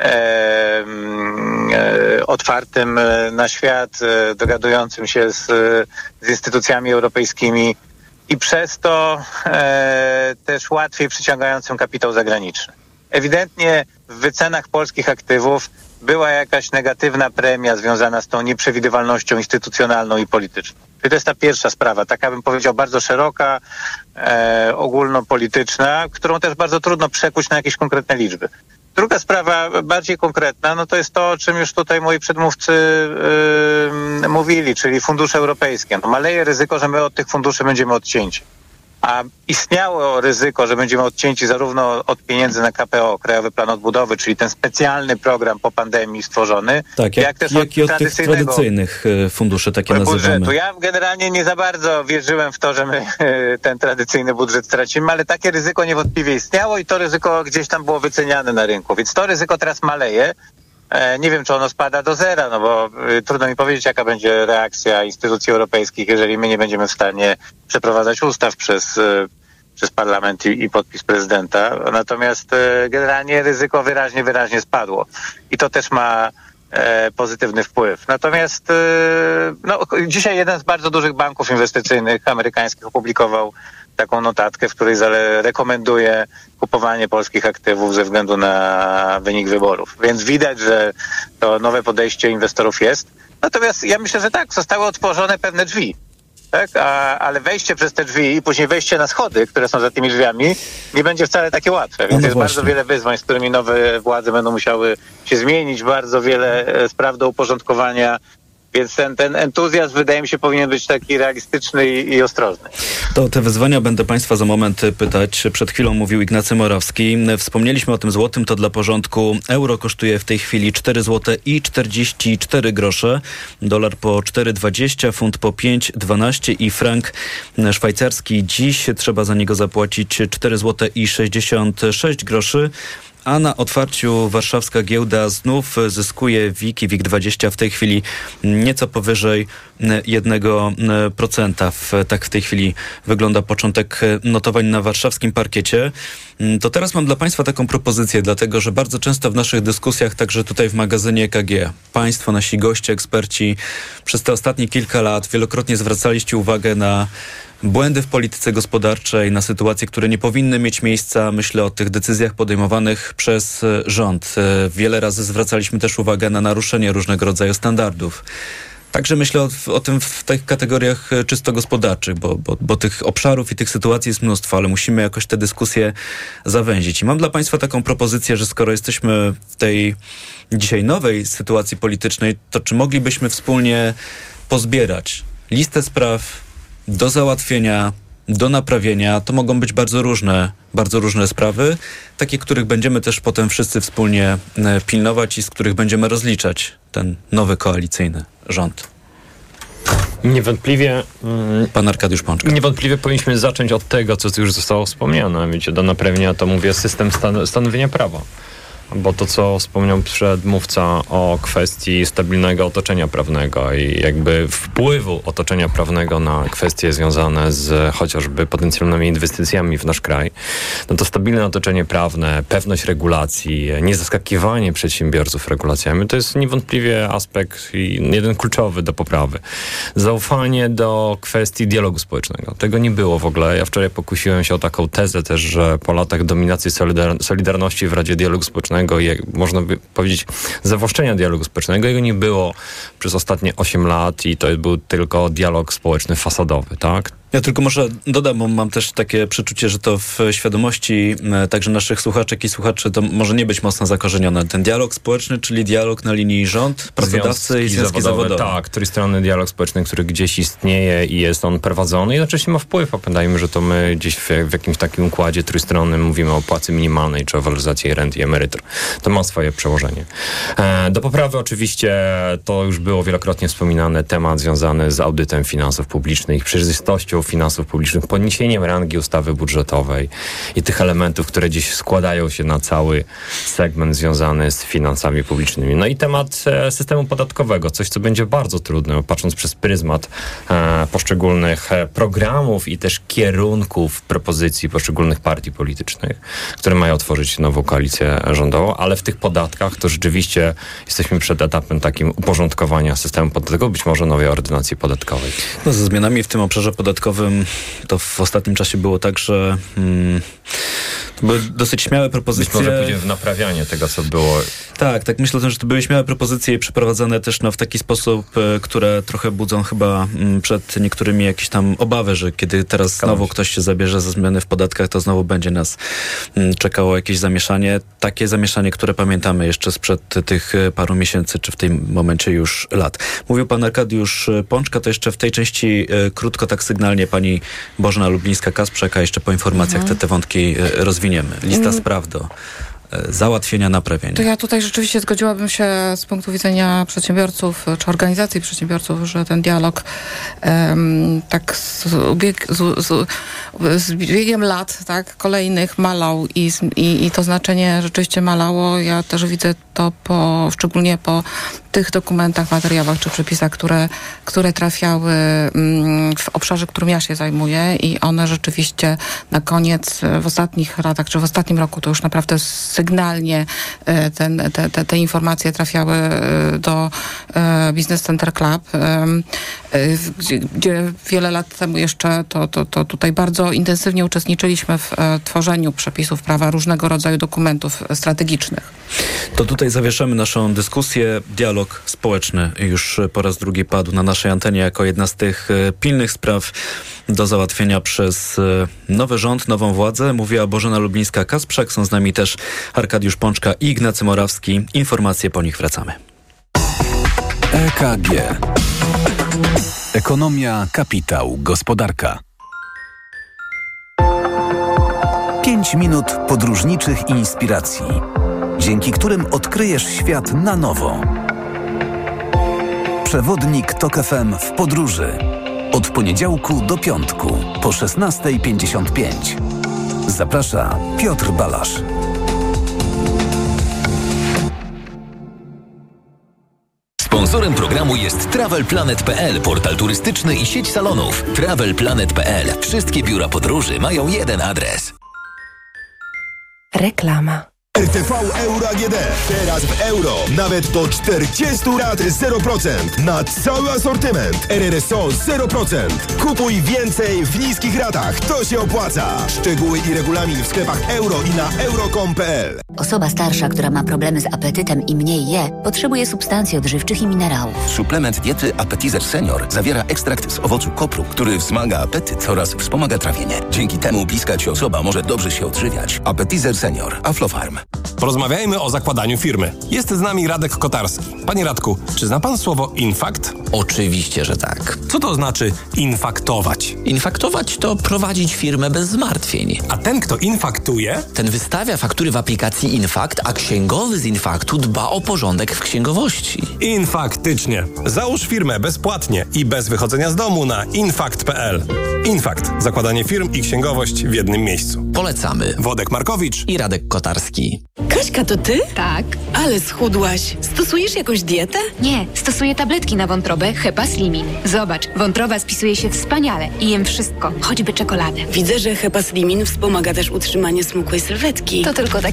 e, otwartym na świat, e, dogadującym się z, z instytucjami europejskimi i przez to e, też łatwiej przyciągającym kapitał zagraniczny. Ewidentnie w wycenach polskich aktywów była jakaś negatywna premia związana z tą nieprzewidywalnością instytucjonalną i polityczną. Czyli to jest ta pierwsza sprawa, taka bym powiedział bardzo szeroka, e, ogólnopolityczna, którą też bardzo trudno przekuć na jakieś konkretne liczby. Druga sprawa, bardziej konkretna, no to jest to, o czym już tutaj moi przedmówcy yy, mówili, czyli fundusze europejskie. No maleje ryzyko, że my od tych funduszy będziemy odcięci. A istniało ryzyko, że będziemy odcięci zarówno od pieniędzy na K P O, Krajowy Plan Odbudowy, czyli ten specjalny program po pandemii stworzony, tak, jak, jak też jak od, i od tych tradycyjnego tradycyjnych funduszy, takie budżetu. nazywamy. Ja generalnie nie za bardzo wierzyłem w to, że my ten tradycyjny budżet stracimy, ale takie ryzyko niewątpliwie istniało i to ryzyko gdzieś tam było wyceniane na rynku. Więc to ryzyko teraz maleje. Nie wiem, czy ono spada do zera, no bo trudno mi powiedzieć, jaka będzie reakcja instytucji europejskich, jeżeli my nie będziemy w stanie przeprowadzać ustaw przez, przez parlament i, i podpis prezydenta. Natomiast generalnie ryzyko wyraźnie, wyraźnie spadło. I to też ma e, pozytywny wpływ. Natomiast e, no, dzisiaj jeden z bardzo dużych banków inwestycyjnych amerykańskich opublikował taką notatkę, w której rekomenduje kupowanie polskich aktywów ze względu na wynik wyborów. Więc widać, że to nowe podejście inwestorów jest. Natomiast ja myślę, że tak, zostały otworzone pewne drzwi. Tak? A, ale wejście przez te drzwi i później wejście na schody, które są za tymi drzwiami, nie będzie wcale takie łatwe. Więc no jest właśnie. bardzo wiele wyzwań, z którymi nowe władze będą musiały się zmienić, bardzo wiele spraw do uporządkowania. Więc ten, ten entuzjazm, wydaje mi się, powinien być taki realistyczny i, i ostrożny. To o te wyzwania będę Państwa za moment pytać. Przed chwilą mówił Ignacy Morawski. Wspomnieliśmy o tym złotym, to dla porządku. Euro kosztuje w tej chwili cztery złote i czterdzieści cztery grosze. Dolar po cztery dwadzieścia, funt po pięć dwanaście i frank szwajcarski. Dziś trzeba za niego zapłacić cztery złote i sześćdziesiąt sześć groszy. A na otwarciu warszawska giełda znów zyskuje W I K i W I K dwadzieścia w tej chwili nieco powyżej jednego procenta. Tak w tej chwili wygląda początek notowań na warszawskim parkiecie. To teraz mam dla Państwa taką propozycję, dlatego że bardzo często w naszych dyskusjach, także tutaj w magazynie E K G, Państwo, nasi goście, eksperci przez te ostatnie kilka lat wielokrotnie zwracaliście uwagę na błędy w polityce gospodarczej, na sytuacje, które nie powinny mieć miejsca. Myślę o tych decyzjach podejmowanych przez rząd. Wiele razy zwracaliśmy też uwagę na naruszenie różnego rodzaju standardów. Także myślę o, o tym w tych kategoriach czysto gospodarczych, bo, bo, bo tych obszarów i tych sytuacji jest mnóstwo, ale musimy jakoś te dyskusje zawęzić. I mam dla Państwa taką propozycję, że skoro jesteśmy w tej dzisiaj nowej sytuacji politycznej, to czy moglibyśmy wspólnie pozbierać listę spraw do załatwienia, do naprawienia. To mogą być bardzo różne, bardzo różne sprawy, takie, których będziemy też potem wszyscy wspólnie pilnować i z których będziemy rozliczać ten nowy koalicyjny rząd. Niewątpliwie... Pan Arkadiusz Pączka. Niewątpliwie powinniśmy zacząć od tego, co już zostało wspomniane. Wiecie, do naprawienia to mówię system stan- stanowienia prawa. Bo to, co wspomniał przedmówca o kwestii stabilnego otoczenia prawnego i jakby wpływu otoczenia prawnego na kwestie związane z chociażby potencjalnymi inwestycjami w nasz kraj, no to stabilne otoczenie prawne, pewność regulacji, niezaskakiwanie przedsiębiorców regulacjami, to jest niewątpliwie aspekt jeden kluczowy do poprawy. Zaufanie do kwestii dialogu społecznego. Tego nie było w ogóle. Ja wczoraj pokusiłem się o taką tezę też, że po latach dominacji solidar- Solidarności w Radzie Dialogu Społecznego społecznego, jak można by powiedzieć zawłaszczenia dialogu społecznego. Jego nie było przez ostatnie osiem lat i to był tylko dialog społeczny fasadowy, tak? Ja tylko może dodam, bo mam też takie przeczucie, że to w świadomości e, także naszych słuchaczek i słuchaczy to może nie być mocno zakorzenione. Ten dialog społeczny, czyli dialog na linii rząd, pracodawcy i związki zawodowe. Tak, trójstronny dialog społeczny, który gdzieś istnieje i jest on prowadzony i oczywiście ma wpływ, a pamiętajmy, że to my gdzieś w, w jakimś takim układzie trójstronnym mówimy o płacy minimalnej czy o waloryzacji rent i emerytur. To ma swoje przełożenie. E, do poprawy oczywiście to już było wielokrotnie wspominane, temat związany z audytem finansów publicznych, przejrzystością finansów publicznych, podniesieniem rangi ustawy budżetowej i tych elementów, które dziś składają się na cały segment związany z finansami publicznymi. No i temat e, systemu podatkowego, coś, co będzie bardzo trudne, patrząc przez pryzmat e, poszczególnych e, programów i też kierunków propozycji poszczególnych partii politycznych, które mają tworzyć nową koalicję rządową, ale w tych podatkach to rzeczywiście jesteśmy przed etapem takim uporządkowania systemu podatkowego, być może nowej ordynacji podatkowej. No, ze zmianami w tym obszarze podatkowym to w ostatnim czasie było tak, że hmm, to były dosyć śmiałe propozycje. Być może pójdzie w naprawianie tego, co było. Tak, tak. Myślę, że to były śmiałe propozycje i przeprowadzane też no, w taki sposób, e, które trochę budzą chyba m, przed niektórymi jakieś tam obawy, że kiedy teraz znowu ktoś się zabierze za zmiany w podatkach, to znowu będzie nas m, czekało jakieś zamieszanie. Takie zamieszanie, które pamiętamy jeszcze sprzed tych paru miesięcy, czy w tym momencie już lat. Mówił pan Arkadiusz Pączka, to jeszcze w tej części e, krótko, tak sygnalnie pani Bożena Lublińska-Kasprzak, a jeszcze po informacjach mhm. te, te wątki e, rozwiniemy. Lista mm. spraw do załatwienia, naprawienia. To ja tutaj rzeczywiście zgodziłabym się z punktu widzenia przedsiębiorców, czy organizacji przedsiębiorców, że ten dialog um, tak z, ubieg, z, z, z biegiem lat, tak, kolejnych malał i, i, i to znaczenie rzeczywiście malało. Ja też widzę to po, szczególnie po tych dokumentach, materiałach czy przepisach, które, które trafiały um, w obszarze, którym ja się zajmuję i one rzeczywiście na koniec, w ostatnich latach, czy w ostatnim roku to już naprawdę sygnalnie ten, te, te, te informacje trafiały do Business Center Club, gdzie, gdzie wiele lat temu jeszcze to, to, to tutaj bardzo intensywnie uczestniczyliśmy w tworzeniu przepisów prawa, różnego rodzaju dokumentów strategicznych. To tutaj zawieszamy naszą dyskusję. Dialog społeczny już po raz drugi padł na naszej antenie jako jedna z tych pilnych spraw do załatwienia przez nowy rząd, nową władzę. Mówiła Bożena Lublińska-Kasprzak. Są z nami też Arkadiusz Pączka i Ignacy Morawski. Informacje po nich wracamy. E K G. Ekonomia, kapitał, gospodarka. Pięć minut podróżniczych inspiracji, dzięki którym odkryjesz świat na nowo. Przewodnik TOK F M w podróży. Od poniedziałku do piątku po szesnasta pięćdziesiąt pięć. Zaprasza Piotr Balasz. Sponsorem programu jest Travel Planet kropka p l, portal turystyczny i sieć salonów. Travel Planet kropka p l. Wszystkie biura podróży mają jeden adres. Reklama. R T V Euro A G D. Teraz w euro. Nawet do czterdzieści rat zero procent. Na cały asortyment. R R S O zero procent. Kupuj więcej w niskich ratach. To się opłaca. Szczegóły i regulamin w sklepach euro i na euro kropka com kropka p l. Osoba starsza, która ma problemy z apetytem i mniej je, potrzebuje substancji odżywczych i minerałów. Suplement diety Appetizer Senior zawiera ekstrakt z owocu kopru, który wzmaga apetyt oraz wspomaga trawienie. Dzięki temu bliska ci osoba może dobrze się odżywiać. Appetizer Senior. Aflofarm. Porozmawiajmy o zakładaniu firmy. Jest z nami Radek Kotarski. Panie Radku, czy zna pan słowo infakt? Oczywiście, że tak. Co to znaczy infaktować? Infaktować to prowadzić firmę bez zmartwień. A ten, kto infaktuje? Ten wystawia faktury w aplikacji Infakt, a księgowy z Infaktu dba o porządek w księgowości. Infaktycznie. Załóż firmę bezpłatnie i bez wychodzenia z domu na infakt kropka p l. Infakt. Zakładanie firm i księgowość w jednym miejscu. Polecamy. Wodek Markowicz i Radek Kotarski. Kaśka, to ty? Tak. Ale schudłaś. Stosujesz jakąś dietę? Nie, stosuję tabletki na wątrobę Hepaslimin. Zobacz, wątroba spisuje się wspaniale i jem wszystko, choćby czekoladę. Widzę, że Hepaslimin wspomaga też utrzymanie smukłej sylwetki. To tylko taki słodki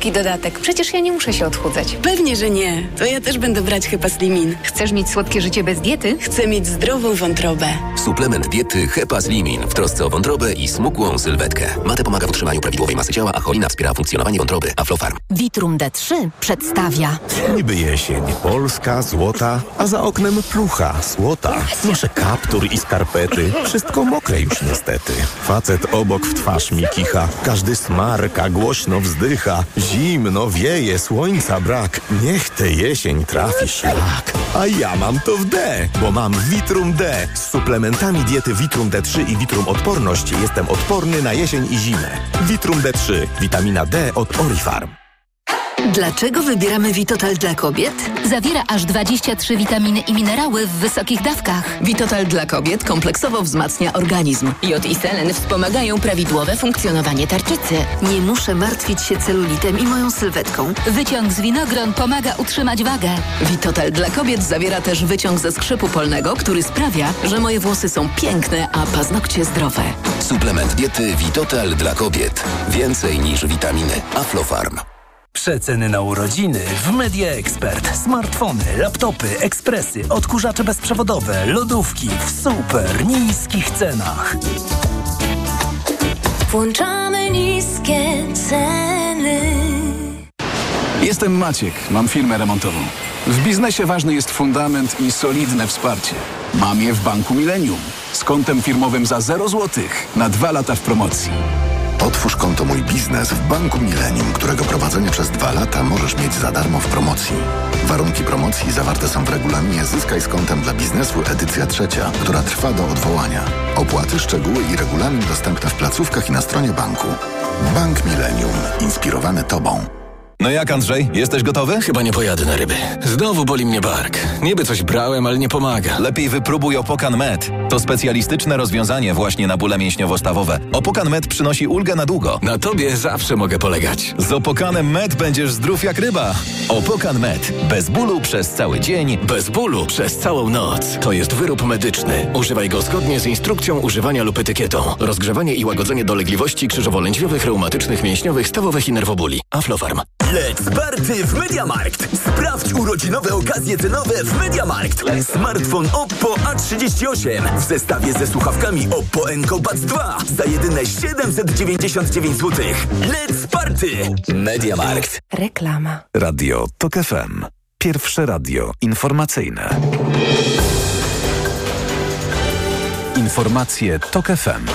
słodki dodatek. Przecież ja nie muszę się odchudzać. Pewnie, że nie. To ja też będę brać Hepaslimin. Chcesz mieć słodkie życie bez diety? Chcę mieć zdrową wątrobę. Suplement diety Hepaslimin w trosce o wątrobę i smukłą sylwetkę. Mate pomaga w utrzymaniu prawidłowej masy ciała, a cholina wspiera funkcjonowanie wątroby. Aflofarm. Vitrum D trzy przedstawia. Niby jesień, Polska, złota, a za oknem plucha, słota. Noszę kaptur i skarpety, wszystko mokre już niestety. Facet obok w twarz mi kicha, każdy smarka, głośno wzdycha. Zimno wieje, słońca brak, niech tę jesień trafi szlak. A ja mam to w D, bo mam Vitrum D. Z suplementami diety Vitrum D trzy i Vitrum Odporność jestem odporny na jesień i zimę. Vitrum D trzy, witamina D od Orifarm. Dlaczego wybieramy Vitotal dla kobiet? Zawiera aż dwadzieścia trzy witaminy i minerały w wysokich dawkach. Vitotal dla kobiet kompleksowo wzmacnia organizm. Jod i selen wspomagają prawidłowe funkcjonowanie tarczycy. Nie muszę martwić się celulitem i moją sylwetką. Wyciąg z winogron pomaga utrzymać wagę. Vitotal dla kobiet zawiera też wyciąg ze skrzypu polnego, który sprawia, że moje włosy są piękne, a paznokcie zdrowe. Suplement diety Vitotal dla kobiet. Więcej niż witaminy. Aflofarm. Przeceny na urodziny w Media Expert. Smartfony, laptopy, ekspresy, odkurzacze bezprzewodowe, lodówki w super niskich cenach. Włączamy niskie ceny. Jestem Maciek, mam firmę remontową. W biznesie ważny jest fundament i solidne wsparcie. Mam je w Banku Millennium. Z kontem firmowym za zero złotych na dwa lata w promocji. Otwórz konto Mój Biznes w Banku Millennium, którego prowadzenie przez dwa lata możesz mieć za darmo w promocji. Warunki promocji zawarte są w regulaminie Zyskaj z kontem dla biznesu edycja trzecia, która trwa do odwołania. Opłaty, szczegóły i regulamin dostępne w placówkach i na stronie banku. Bank Millennium. Inspirowany Tobą. No jak, Andrzej? Jesteś gotowy? Chyba nie pojadę na ryby. Znowu boli mnie bark. Niby coś brałem, ale nie pomaga. Lepiej wypróbuj Opokan Med. To specjalistyczne rozwiązanie właśnie na bóle mięśniowo-stawowe. Opokan Med przynosi ulgę na długo. Na tobie zawsze mogę polegać. Z Opokanem Med będziesz zdrów jak ryba. Opokan Med. Bez bólu przez cały dzień. Bez bólu przez całą noc. To jest wyrób medyczny. Używaj go zgodnie z instrukcją używania lub etykietą. Rozgrzewanie i łagodzenie dolegliwości krzyżowo-lędźwiowych, reumatycznych, mięśniowych, stawowych i nerwobóli. Aflofarm. Let's party w MediaMarkt! Sprawdź urodzinowe okazje cenowe w MediaMarkt. Smartfon Oppo A trzydzieści osiem w zestawie ze słuchawkami Oppo Enco Buds dwa za jedyne siedemset dziewięćdziesiąt dziewięć złotych. Let's party! MediaMarkt. Reklama. Radio Tok F M. Pierwsze radio informacyjne. Informacje Tok F M.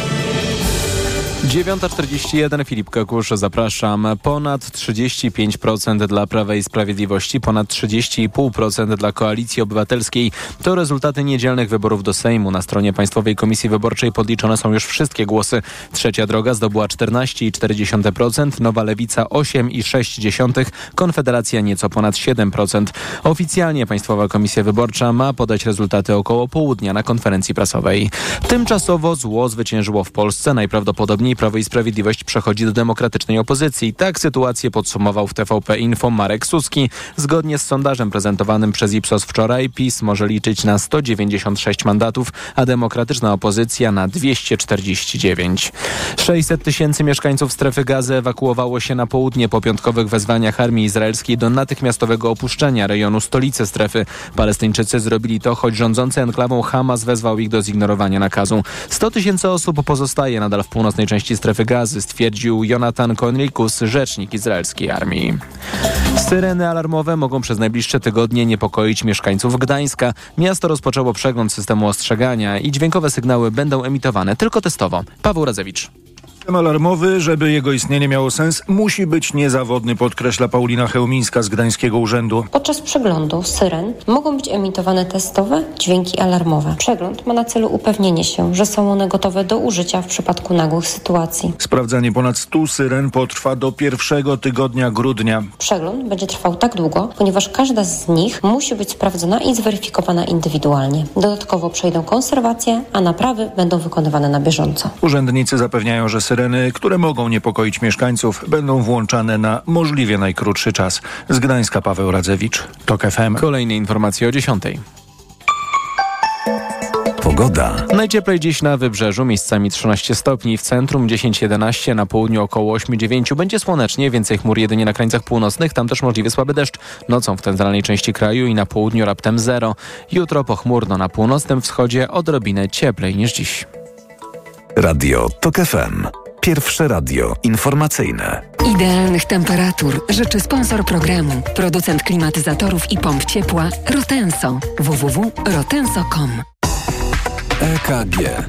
dziewiąta czterdzieści jeden, Filip Kakusz, zapraszam. Ponad trzydzieści pięć procent dla Prawa i Sprawiedliwości, ponad trzydzieści i pół procent dla Koalicji Obywatelskiej. To rezultaty niedzielnych wyborów do Sejmu. Na stronie Państwowej Komisji Wyborczej podliczone są już wszystkie głosy. Trzecia Droga zdobyła czternaście i cztery dziesiąte procent, Nowa Lewica osiem i sześć dziesiątych procent, Konfederacja nieco ponad siedem procent. Oficjalnie Państwowa Komisja Wyborcza ma podać rezultaty około południa na konferencji prasowej. Tymczasowo zło zwyciężyło w Polsce. Najprawdopodobniej Prawo i Sprawiedliwość przechodzi do demokratycznej opozycji. Tak sytuację podsumował w T V P Info Marek Suski. Zgodnie z sondażem prezentowanym przez Ipsos wczoraj PiS może liczyć na sto dziewięćdziesiąt sześć mandatów, a demokratyczna opozycja na dwieście czterdzieści dziewięć. sześćset tysięcy mieszkańców strefy Gazy ewakuowało się na południe po piątkowych wezwaniach armii izraelskiej do natychmiastowego opuszczenia rejonu stolicy strefy. Palestyńczycy zrobili to, choć rządzący enklawą Hamas wezwał ich do zignorowania nakazu. sto tysięcy osób pozostaje nadal w północnej części strefy Gazy, stwierdził Jonathan Konrikus, rzecznik izraelskiej armii. Syreny alarmowe mogą przez najbliższe tygodnie niepokoić mieszkańców Gdańska. Miasto rozpoczęło przegląd systemu ostrzegania i dźwiękowe sygnały będą emitowane tylko testowo. Paweł Radzewicz. System alarmowy, żeby jego istnienie miało sens, musi być niezawodny, podkreśla Paulina Chełmińska z Gdańskiego Urzędu. Podczas przeglądu syren mogą być emitowane testowe dźwięki alarmowe. Przegląd ma na celu upewnienie się, że są one gotowe do użycia w przypadku nagłych sytuacji. Sprawdzanie ponad stu syren potrwa do pierwszego tygodnia grudnia. Przegląd będzie trwał tak długo, ponieważ każda z nich musi być sprawdzona i zweryfikowana indywidualnie. Dodatkowo przejdą konserwację, a naprawy będą wykonywane na bieżąco. Urzędnicy zapewniają, że syreny, które mogą niepokoić mieszkańców, będą włączane na możliwie najkrótszy czas. Z Gdańska Paweł Radzewicz, Tok F M. Kolejne informacje o dziesiątej. Pogoda. Najcieplej dziś na wybrzeżu, miejscami trzynaście stopni, w centrum dziesięć jedenaście, na południu około osiem dziewięć. Będzie słonecznie, więcej chmur jedynie na krańcach północnych, tam też możliwy słaby deszcz. Nocą w centralnej części kraju i na południu raptem zero. Jutro pochmurno, na północnym wschodzie odrobinę cieplej niż dziś. Radio TOK F M. Pierwsze radio informacyjne. Idealnych temperatur życzy sponsor programu, producent klimatyzatorów i pomp ciepła Rotenso. w w w kropka rotenso kropka com. E K G.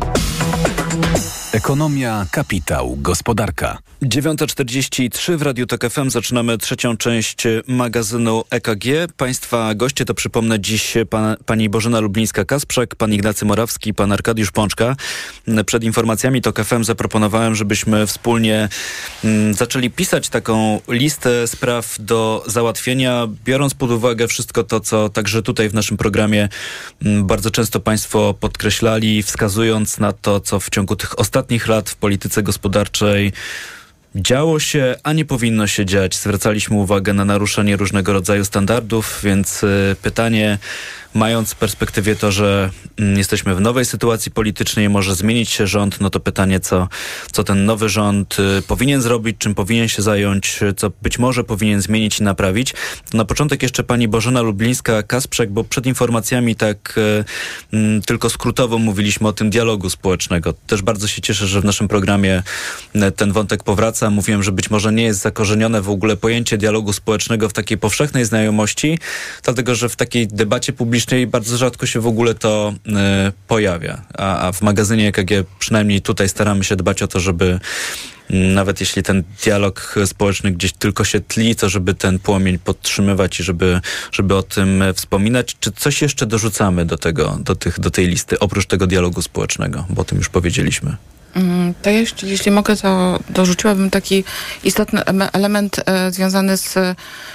Ekonomia, kapitał, gospodarka. dziewiąta czterdzieści trzy w Radiu Tok F M zaczynamy trzecią część magazynu E K G. Państwa goście to, przypomnę, dziś pan, pani Bożena Lublińska-Kasprzak, pan Ignacy Morawski, pan Arkadiusz Pączka. Przed informacjami Tok F M zaproponowałem, żebyśmy wspólnie mm, zaczęli pisać taką listę spraw do załatwienia, biorąc pod uwagę wszystko to, co także tutaj w naszym programie mm, bardzo często państwo podkreślali, wskazując na to, co w ciągu tych ostatnich lat w polityce gospodarczej działo się, a nie powinno się dziać. Zwracaliśmy uwagę na naruszenie różnego rodzaju standardów, więc y, pytanie, mając w perspektywie to, że mm, jesteśmy w nowej sytuacji politycznej, może zmienić się rząd, no to pytanie, co, co ten nowy rząd y, powinien zrobić, czym powinien się zająć, co być może powinien zmienić i naprawić. To na początek jeszcze pani Bożena Lublińska-Kasprzak, bo przed informacjami tak y, y, tylko skrótowo mówiliśmy o tym dialogu społecznego. Też bardzo się cieszę, że w naszym programie y, ten wątek powraca. Mówiłem, że być może nie jest zakorzenione w ogóle pojęcie dialogu społecznego w takiej powszechnej znajomości, dlatego że w takiej debacie publicznej bardzo rzadko się w ogóle to y, pojawia. A, a w magazynie E K G przynajmniej tutaj staramy się dbać o to, żeby y, nawet jeśli ten dialog społeczny gdzieś tylko się tli, to żeby ten płomień podtrzymywać i żeby, żeby o tym wspominać. Czy coś jeszcze dorzucamy do tego, do tych, do tej listy, oprócz tego dialogu społecznego? Bo o tym już powiedzieliśmy. To jeśli, jeśli mogę, to dorzuciłabym taki istotny element e, związany z e,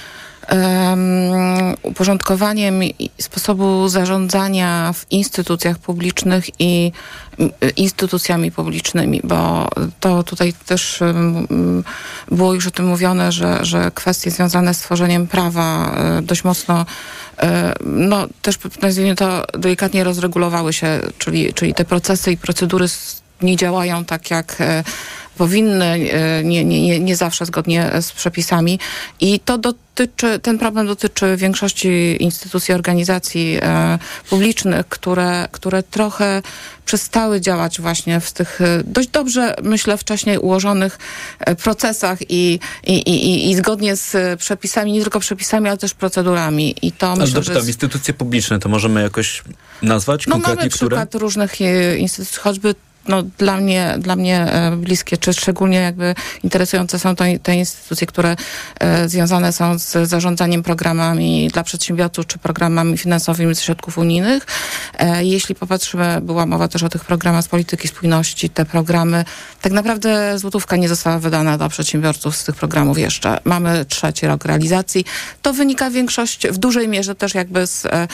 uporządkowaniem sposobu zarządzania w instytucjach publicznych i instytucjami publicznymi, bo to tutaj też um, było już o tym mówione, że, że kwestie związane z tworzeniem prawa e, dość mocno e, no też nazwijmy to delikatnie rozregulowały się, czyli, czyli te procesy i procedury nie działają tak, jak e, powinny, e, nie, nie, nie zawsze zgodnie z przepisami. I to dotyczy, ten problem dotyczy większości instytucji, organizacji e, publicznych, które, które trochę przestały działać właśnie w tych dość dobrze, myślę, wcześniej ułożonych procesach i, i, i, i zgodnie z przepisami, nie tylko przepisami, ale też procedurami. I to ale myślę, dopytam, że jest... instytucje publiczne, to możemy jakoś nazwać no, konkretnie, mamy które? przykład różnych e, instytucji, choćby no, dla mnie, dla mnie e, bliskie, czy szczególnie jakby interesujące są to, te instytucje, które e, związane są z zarządzaniem programami dla przedsiębiorców, czy programami finansowymi ze środków unijnych. E, jeśli popatrzymy, była mowa też o tych programach z polityki spójności, te programy, tak naprawdę złotówka nie została wydana dla przedsiębiorców z tych programów jeszcze. Mamy trzeci rok realizacji. To wynika większość, w dużej mierze też jakby z e,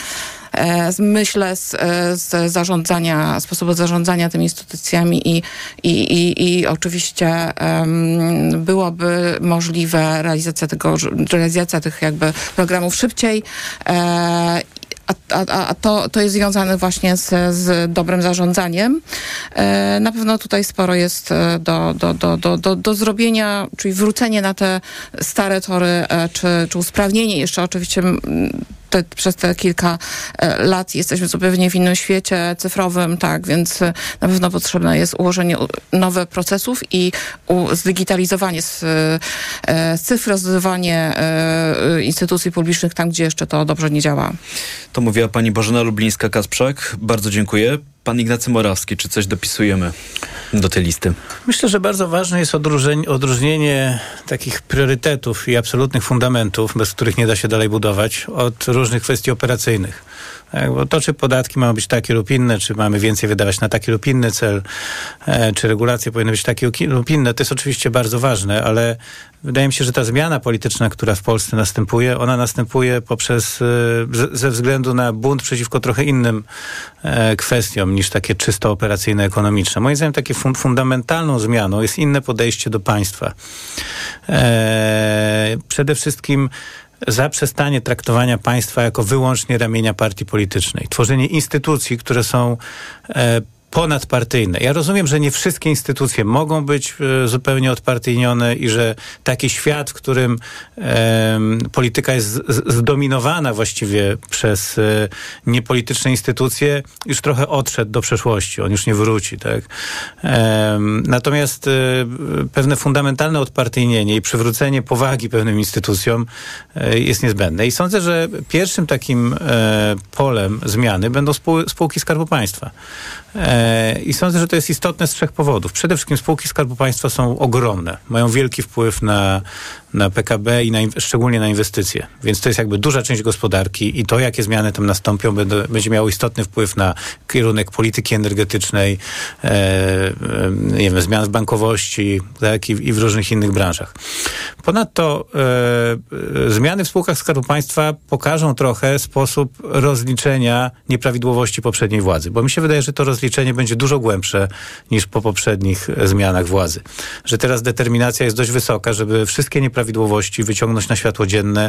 Z, myślę, z, z zarządzania, sposobu zarządzania tymi instytucjami i, i, i, i oczywiście um, byłoby możliwe realizacja tego, realizacja tych jakby programów szybciej. E, A, a, a to, to jest związane właśnie z, z dobrym zarządzaniem. E, na pewno tutaj sporo jest do, do, do, do, do, do zrobienia, czyli wrócenie na te stare tory, e, czy, czy usprawnienie jeszcze oczywiście te, przez te kilka e, lat jesteśmy zupełnie w innym świecie cyfrowym, tak, więc e, na pewno potrzebne jest ułożenie nowych procesów i u, zdigitalizowanie, z, e, cyfryzowanie e, instytucji publicznych tam, gdzie jeszcze to dobrze nie działa. To mówiła pani Bożena Lublińska-Kasprzak. Bardzo dziękuję. Pan Ignacy Morawski, czy coś dopisujemy do tej listy? Myślę, że bardzo ważne jest odróżnienie, odróżnienie takich priorytetów i absolutnych fundamentów, bez których nie da się dalej budować, od różnych kwestii operacyjnych. Tak, bo to, czy podatki mają być takie lub inne, czy mamy więcej wydawać na taki lub inny cel, e, czy regulacje powinny być takie lub inne, to jest oczywiście bardzo ważne, ale wydaje mi się, że ta zmiana polityczna, która w Polsce następuje, ona następuje poprzez, e, ze względu na bunt przeciwko trochę innym e, kwestiom niż takie czysto operacyjne, ekonomiczne. Moim zdaniem takie fun- fundamentalną zmianą jest inne podejście do państwa. E, przede wszystkim zaprzestanie traktowania państwa jako wyłącznie ramienia partii politycznej. Tworzenie instytucji, które są e, ponadpartyjne. Ja rozumiem, że nie wszystkie instytucje mogą być e, zupełnie odpartyjnione i że taki świat, w którym e, polityka jest z, z, zdominowana właściwie przez e, niepolityczne instytucje, już trochę odszedł do przeszłości. On już nie wróci, tak? E, natomiast e, pewne fundamentalne odpartyjnienie i przywrócenie powagi pewnym instytucjom e, jest niezbędne. I sądzę, że pierwszym takim e, polem zmiany będą spół, spółki Skarbu Państwa. I sądzę, że to jest istotne z trzech powodów. Przede wszystkim spółki Skarbu Państwa są ogromne. Mają wielki wpływ na, na P K B i na, szczególnie na inwestycje. Więc to jest jakby duża część gospodarki i to, jakie zmiany tam nastąpią, będzie, będzie miało istotny wpływ na kierunek polityki energetycznej, e, e, nie wiem, zmian w bankowości, tak, i, i w różnych innych branżach. Ponadto e, zmiany w spółkach Skarbu Państwa pokażą trochę sposób rozliczenia nieprawidłowości poprzedniej władzy. Bo mi się wydaje, że to rozliczenie będzie dużo głębsze niż po poprzednich zmianach władzy. Że teraz determinacja jest dość wysoka, żeby wszystkie nieprawidłowości wyciągnąć na światło dzienne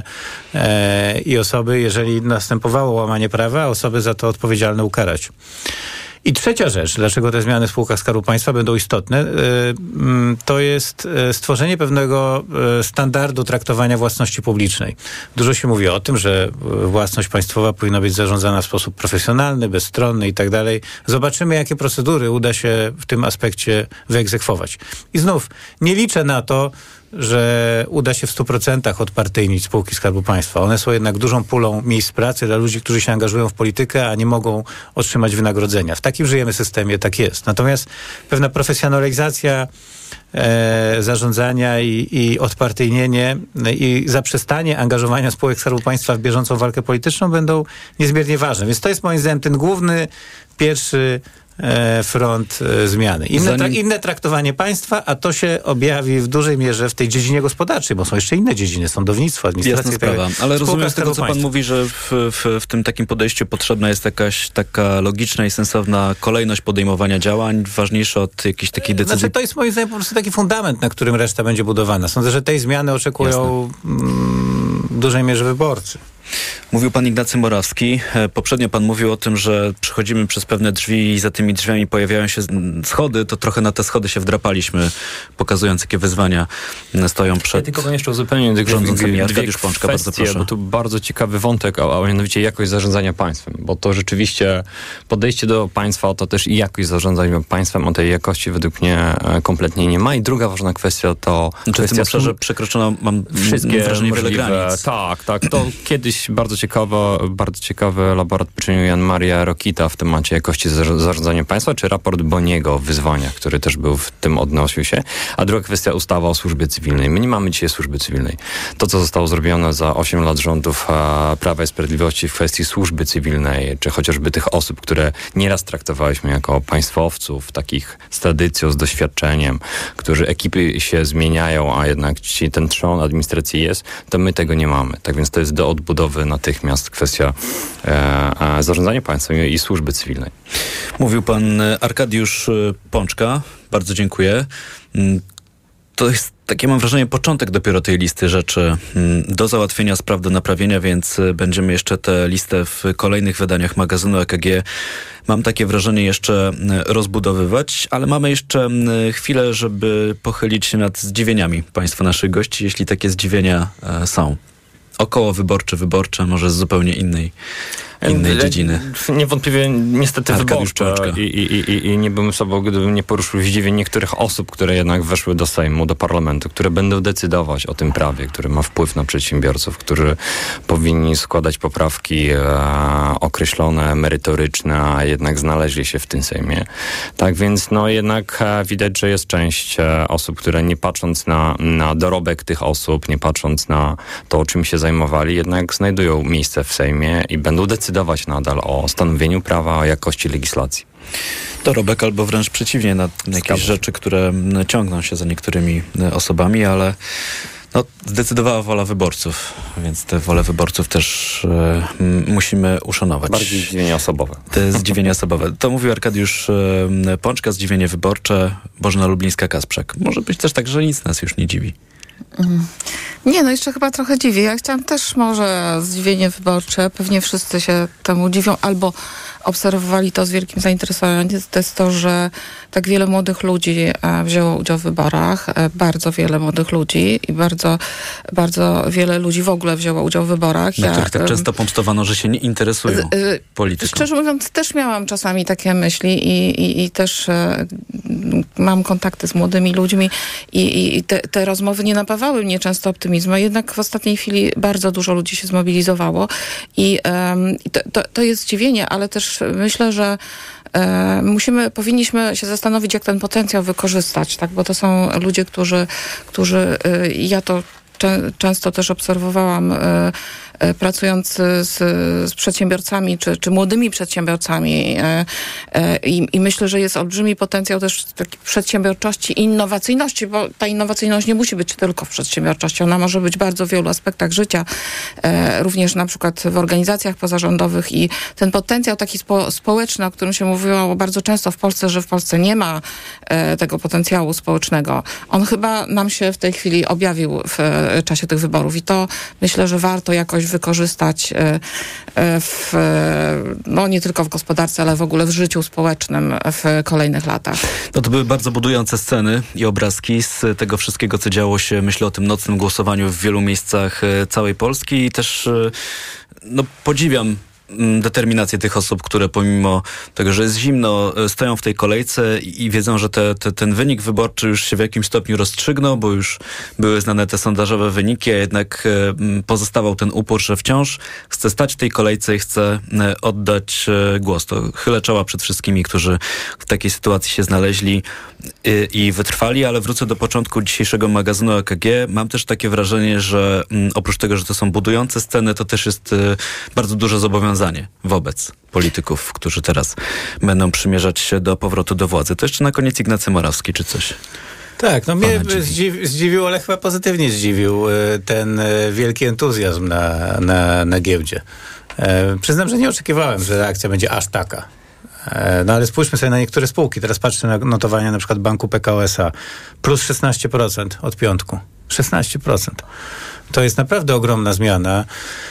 e, i osoby, jeżeli następowało łamanie prawa, osoby za to odpowiedzialne ukarać. I trzecia rzecz, dlaczego te zmiany w spółkach Skarbu Państwa będą istotne, to jest stworzenie pewnego standardu traktowania własności publicznej. Dużo się mówi o tym, że własność państwowa powinna być zarządzana w sposób profesjonalny, bezstronny i tak dalej. Zobaczymy, jakie procedury uda się w tym aspekcie wyegzekwować. I znów, nie liczę na to, że uda się w stu procentach odpartyjnić spółki Skarbu Państwa. One są jednak dużą pulą miejsc pracy dla ludzi, którzy się angażują w politykę, a nie mogą otrzymać wynagrodzenia. W takim żyjemy systemie, tak jest. Natomiast pewna profesjonalizacja e, zarządzania i, i odpartyjnienie i zaprzestanie angażowania spółek Skarbu Państwa w bieżącą walkę polityczną będą niezmiernie ważne. Więc to jest moim zdaniem ten główny, pierwszy front zmiany. Inne, tra- inne traktowanie państwa, a to się objawi w dużej mierze w tej dziedzinie gospodarczej, bo są jeszcze inne dziedziny, sądownictwo, administracja. Jasna sprawa. Ale rozumiem z tego, co pan państwa. mówi, że w, w, w tym takim podejściu potrzebna jest jakaś taka logiczna i sensowna kolejność podejmowania działań, ważniejsza od jakiejś takiej decyzji. Znaczy, to jest moim zdaniem po prostu taki fundament, na którym reszta będzie budowana. Sądzę, że tej zmiany oczekują mm, w dużej mierze wyborcy. Mówił pan Ignacy Morawski. Poprzednio pan mówił o tym, że przechodzimy przez pewne drzwi i za tymi drzwiami pojawiają się schody. To trochę na te schody się wdrapaliśmy, pokazując, jakie wyzwania stoją przed ja tylko bym jeszcze uzupełnił rządzącymi. Arkadiusz Pączka, bardzo proszę. Bo tu bardzo ciekawy wątek, a, a mianowicie jakość zarządzania państwem. Bo to rzeczywiście podejście do państwa, to też i jakość zarządzania państwem, o tej jakości według mnie kompletnie nie ma. I druga ważna kwestia to... Znaczy, kwestia w tym obszarze przekroczono, mam wszystkie wrażenie, wiele granic. Tak, tak. To kiedyś bardzo ciekawe, bardzo ciekawy laborat poczynił Jan Maria Rokita w temacie jakości zarządzania państwa, czy raport Boniego o wyzwaniach, który też był w tym odnosił się. A druga kwestia, ustawa o służbie cywilnej. My nie mamy dzisiaj służby cywilnej. To, co zostało zrobione za osiem lat rządów a, Prawa i Sprawiedliwości w kwestii służby cywilnej, czy chociażby tych osób, które nieraz traktowaliśmy jako państwowców, takich z tradycją, z doświadczeniem, którzy ekipy się zmieniają, a jednak ci, ten trzon administracji jest, to my tego nie mamy. Tak więc to jest do odbudowy natychmiast kwestia e, zarządzania państwem i służby cywilnej. Mówił pan Arkadiusz Pączka. Bardzo dziękuję. To jest, takie mam wrażenie, początek dopiero tej listy rzeczy do załatwienia, spraw do naprawienia, więc będziemy jeszcze tę listę w kolejnych wydaniach magazynu E K G, mam takie wrażenie, jeszcze rozbudowywać, ale mamy jeszcze chwilę, żeby pochylić się nad zdziwieniami państwa naszych gości, jeśli takie zdziwienia są. Około wyborcze, wyborcze, może z zupełnie innej, innej dziedziny. Niewątpliwie niestety wyborcze I, i, i, i nie bym sobą, gdybym nie poruszył zdziwień niektórych osób, które jednak weszły do Sejmu, do parlamentu, które będą decydować o tym prawie, który ma wpływ na przedsiębiorców, którzy powinni składać poprawki e, określone, merytoryczne, a jednak znaleźli się w tym Sejmie. Tak więc no jednak e, widać, że jest część e, osób, które nie patrząc na, na dorobek tych osób, nie patrząc na to, czym się zajmowali, jednak znajdują miejsce w Sejmie i będą decydować nadal o stanowieniu prawa, o jakości legislacji. Dorobek albo wręcz przeciwnie, na jakieś rzeczy, które ciągną się za niektórymi osobami, ale no, zdecydowała wola wyborców, więc tę wolę wyborców też e, musimy uszanować. Bardziej zdziwienie osobowe. Te zdziwienia osobowe. To mówił Arkadiusz e, Pączka, zdziwienie wyborcze, Bożena Lublińska-Kasprzak. Może być też tak, że nic nas już nie dziwi. Mm. Nie, no jeszcze chyba trochę dziwię. Ja chciałam też może zdziwienie wyborcze. Pewnie wszyscy się temu dziwią albo obserwowali to z wielkim zainteresowaniem. To jest to, że tak wiele młodych ludzi wzięło udział w wyborach. Bardzo wiele młodych ludzi i bardzo, bardzo wiele ludzi w ogóle wzięło udział w wyborach. Na ja, których tak często pomstowano, że się nie interesują y, y, polityką. Szczerze mówiąc, też miałam czasami takie myśli i, i, i też y, mam kontakty z młodymi ludźmi i, i te, te rozmowy nie napawały mnie często optymizmem. Jednak w ostatniej chwili bardzo dużo ludzi się zmobilizowało i, um, i to, to, to jest zdziwienie, ale też myślę, że e, musimy, powinniśmy się zastanowić, jak ten potencjał wykorzystać, tak? Bo to są ludzie, którzy, którzy e, ja to cze, często też obserwowałam, e, e, pracując z, z przedsiębiorcami, czy, czy młodymi przedsiębiorcami e, e, i, i myślę, że jest olbrzymi potencjał też takiej przedsiębiorczości i innowacyjności, bo ta innowacyjność nie musi być tylko w przedsiębiorczości, ona może być w bardzo wielu aspektach życia, e, również na przykład w organizacjach pozarządowych i ten potencjał taki spo, społeczny, o którym się mówiło bardzo często w Polsce, że w Polsce nie ma e, tego potencjału społecznego, on chyba nam się w tej chwili objawił w e, czasie tych wyborów i to myślę, że warto jakoś wykorzystać w, no nie tylko w gospodarce, ale w ogóle w życiu społecznym w kolejnych latach. No to były bardzo budujące sceny i obrazki z tego wszystkiego, co działo się, myślę o tym nocnym głosowaniu w wielu miejscach całej Polski i też no, podziwiam determinację tych osób, które pomimo tego, że jest zimno, stoją w tej kolejce i wiedzą, że te, te, ten wynik wyborczy już się w jakimś stopniu rozstrzygnął, bo już były znane te sondażowe wyniki, a jednak pozostawał ten upór, że wciąż chce stać w tej kolejce i chce oddać głos. To chylę czoła przed wszystkimi, którzy w takiej sytuacji się znaleźli i, i wytrwali, ale wrócę do początku dzisiejszego magazynu E K G. Mam też takie wrażenie, że m, oprócz tego, że to są budujące sceny, to też jest y, bardzo duże zobowiązanie wobec polityków, którzy teraz będą przymierzać się do powrotu do władzy. To jeszcze na koniec Ignacy Morawski, czy coś? Tak, no mnie zdziwi, zdziwił, ale chyba pozytywnie zdziwił ten wielki entuzjazm na, na, na giełdzie. E, przyznam, że nie oczekiwałem, że reakcja będzie aż taka. E, no ale spójrzmy sobie na niektóre spółki. Teraz patrzę na notowania na przykład Banku P K O S A. Plus szesnaście procent od piątku. szesnaście procent. To jest naprawdę ogromna zmiana.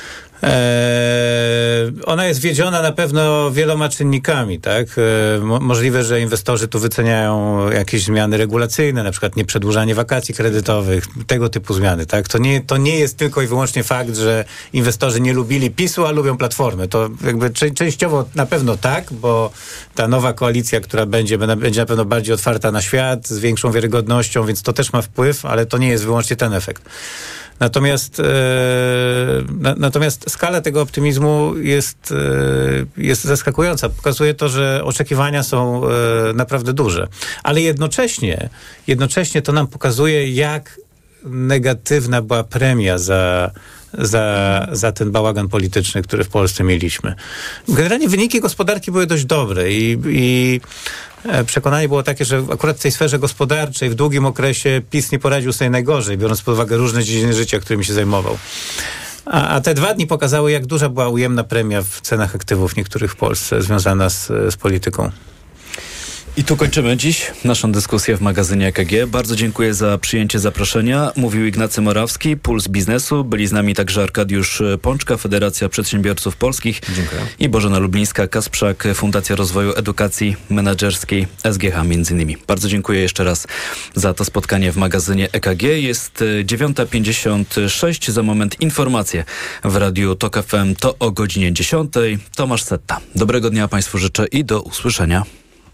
Eee, ona jest wiedziona na pewno wieloma czynnikami, tak? Eee, mo- możliwe, że inwestorzy tu wyceniają jakieś zmiany regulacyjne, na przykład nieprzedłużanie wakacji kredytowych, tego typu zmiany, tak? To nie, to nie jest tylko i wyłącznie fakt, że inwestorzy nie lubili PiSu, a lubią Platformy. To jakby cze- częściowo na pewno tak, bo ta nowa koalicja, która będzie, będzie na pewno bardziej otwarta na świat, z większą wiarygodnością, więc to też ma wpływ, ale to nie jest wyłącznie ten efekt. Natomiast, e, na, natomiast skala tego optymizmu jest, e, jest zaskakująca. Pokazuje to, że oczekiwania są e, naprawdę duże. Ale jednocześnie, jednocześnie to nam pokazuje, jak negatywna była premia za, za, za ten bałagan polityczny, który w Polsce mieliśmy. Generalnie wyniki gospodarki były dość dobre i, i przekonanie było takie, że akurat w tej sferze gospodarczej w długim okresie PiS nie poradził sobie najgorzej, biorąc pod uwagę różne dziedziny życia, którymi się zajmował. A, a te dwa dni pokazały, jak duża była ujemna premia w cenach aktywów niektórych w Polsce związana z, z polityką. I tu kończymy dziś naszą dyskusję w magazynie E K G. Bardzo dziękuję za przyjęcie zaproszenia. Mówił Ignacy Morawski, Puls Biznesu. Byli z nami także Arkadiusz Pączka, Federacja Przedsiębiorców Polskich. Dziękuję. I Bożena Lublińska-Kasprzak, Fundacja Rozwoju Edukacji Menedżerskiej S G H między innymi. Bardzo dziękuję jeszcze raz za to spotkanie w magazynie E K G. Jest dziewiąta pięćdziesiąt sześć. Za moment informacje w Radiu Tok F M. To o godzinie dziesiątej. Tomasz Setta. Dobrego dnia Państwu życzę i do usłyszenia.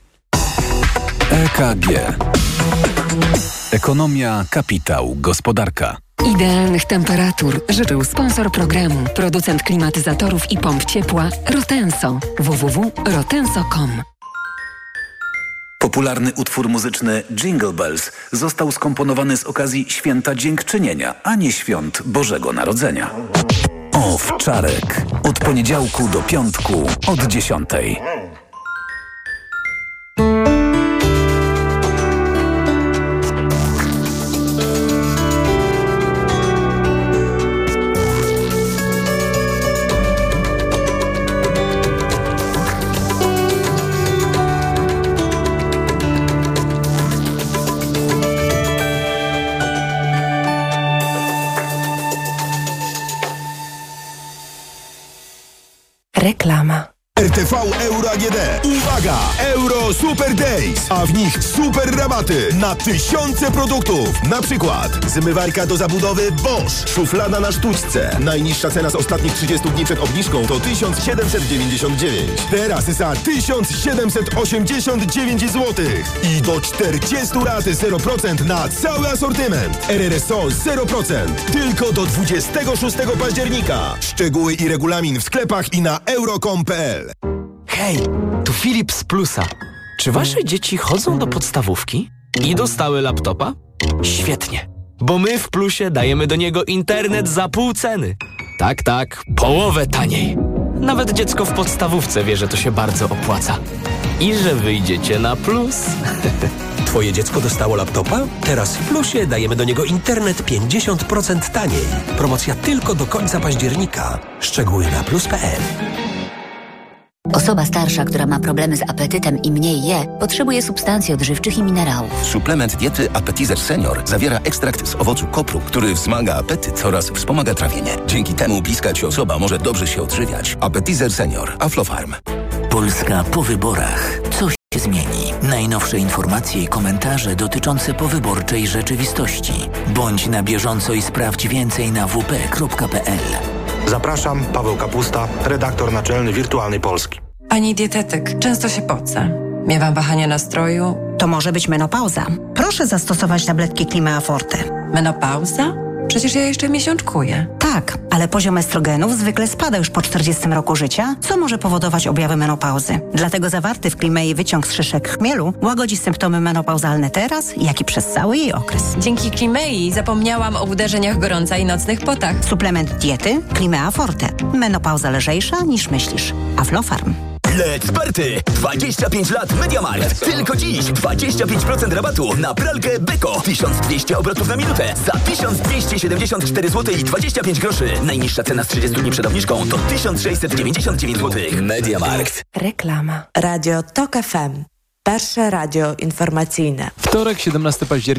E K G. Ekonomia, kapitał, gospodarka. Idealnych temperatur życzył sponsor programu, producent klimatyzatorów i pomp ciepła Rotenso. w w w kropka rotenso kropka com. Popularny utwór muzyczny Jingle Bells został skomponowany z okazji Święta Dziękczynienia, a nie Świąt Bożego Narodzenia. Owczarek. Od poniedziałku do piątku od dziesiątej. Reklama. R T V Euro A G D. Uwaga! Euro Super Days, a w nich super rabaty na tysiące produktów. Na przykład zmywarka do zabudowy Bosch, szuflada na sztućce. Najniższa cena z ostatnich trzydziestu dni przed obniżką to tysiąc siedemset dziewięćdziesiąt dziewięć. Teraz za tysiąc siedemset osiemdziesiąt dziewięć złotych. I do czterdziestu rat zero procent na cały asortyment. R R S O zero procent. Tylko do dwudziestego szóstego października. Szczegóły i regulamin w sklepach i na euro kropka com kropka p l. Hej, tu Filip z Plusa. Czy wasze dzieci chodzą do podstawówki i dostały laptopa? Świetnie, bo my w Plusie dajemy do niego internet za pół ceny. Tak, tak, połowę taniej. Nawet dziecko w podstawówce wie, że to się bardzo opłaca. I że wyjdziecie na plus. Twoje dziecko dostało laptopa? Teraz w Plusie dajemy do niego internet pięćdziesiąt procent taniej. Promocja tylko do końca października. Szczegóły na plus kropka p l. Osoba starsza, która ma problemy z apetytem i mniej je, potrzebuje substancji odżywczych i minerałów. Suplement diety Appetizer Senior zawiera ekstrakt z owocu kopru, który wzmaga apetyt oraz wspomaga trawienie. Dzięki temu bliska Ci osoba może dobrze się odżywiać. Appetizer Senior. Aflofarm. Polska po wyborach. Co się zmieni? Najnowsze informacje i komentarze dotyczące powyborczej rzeczywistości. Bądź na bieżąco i sprawdź więcej na w p kropka p l. Zapraszam, Paweł Kapusta, redaktor naczelny Wirtualnej Polski. Pani dietetyk, często się pocę. Miewam wahania nastroju. To może być menopauza. Proszę zastosować tabletki Climea Forte. Menopauza? Przecież ja jeszcze miesiączkuję. Tak, ale poziom estrogenów zwykle spada już po czterdziestym roku życia, co może powodować objawy menopauzy. Dlatego zawarty w Climei wyciąg z szyszek chmielu łagodzi symptomy menopauzalne teraz, jak i przez cały jej okres. Dzięki Climei zapomniałam o uderzeniach gorąca i nocnych potach. Suplement diety Climea Forte. Menopauza lżejsza niż myślisz. Aflofarm. Eksperty! dwadzieścia pięć lat MediaMarkt. Tylko dziś dwadzieścia pięć procent rabatu na pralkę Beko. tysiąc dwieście obrotów na minutę za tysiąc dwieście siedemdziesiąt cztery złote i dwadzieścia pięć groszy. Najniższa cena z trzydziestu dni przed obniżką to tysiąc sześćset dziewięćdziesiąt dziewięć złotych. MediaMarkt. Reklama. Radio Tok F M. Pierwsze radio informacyjne. Wtorek, siedemnastego października.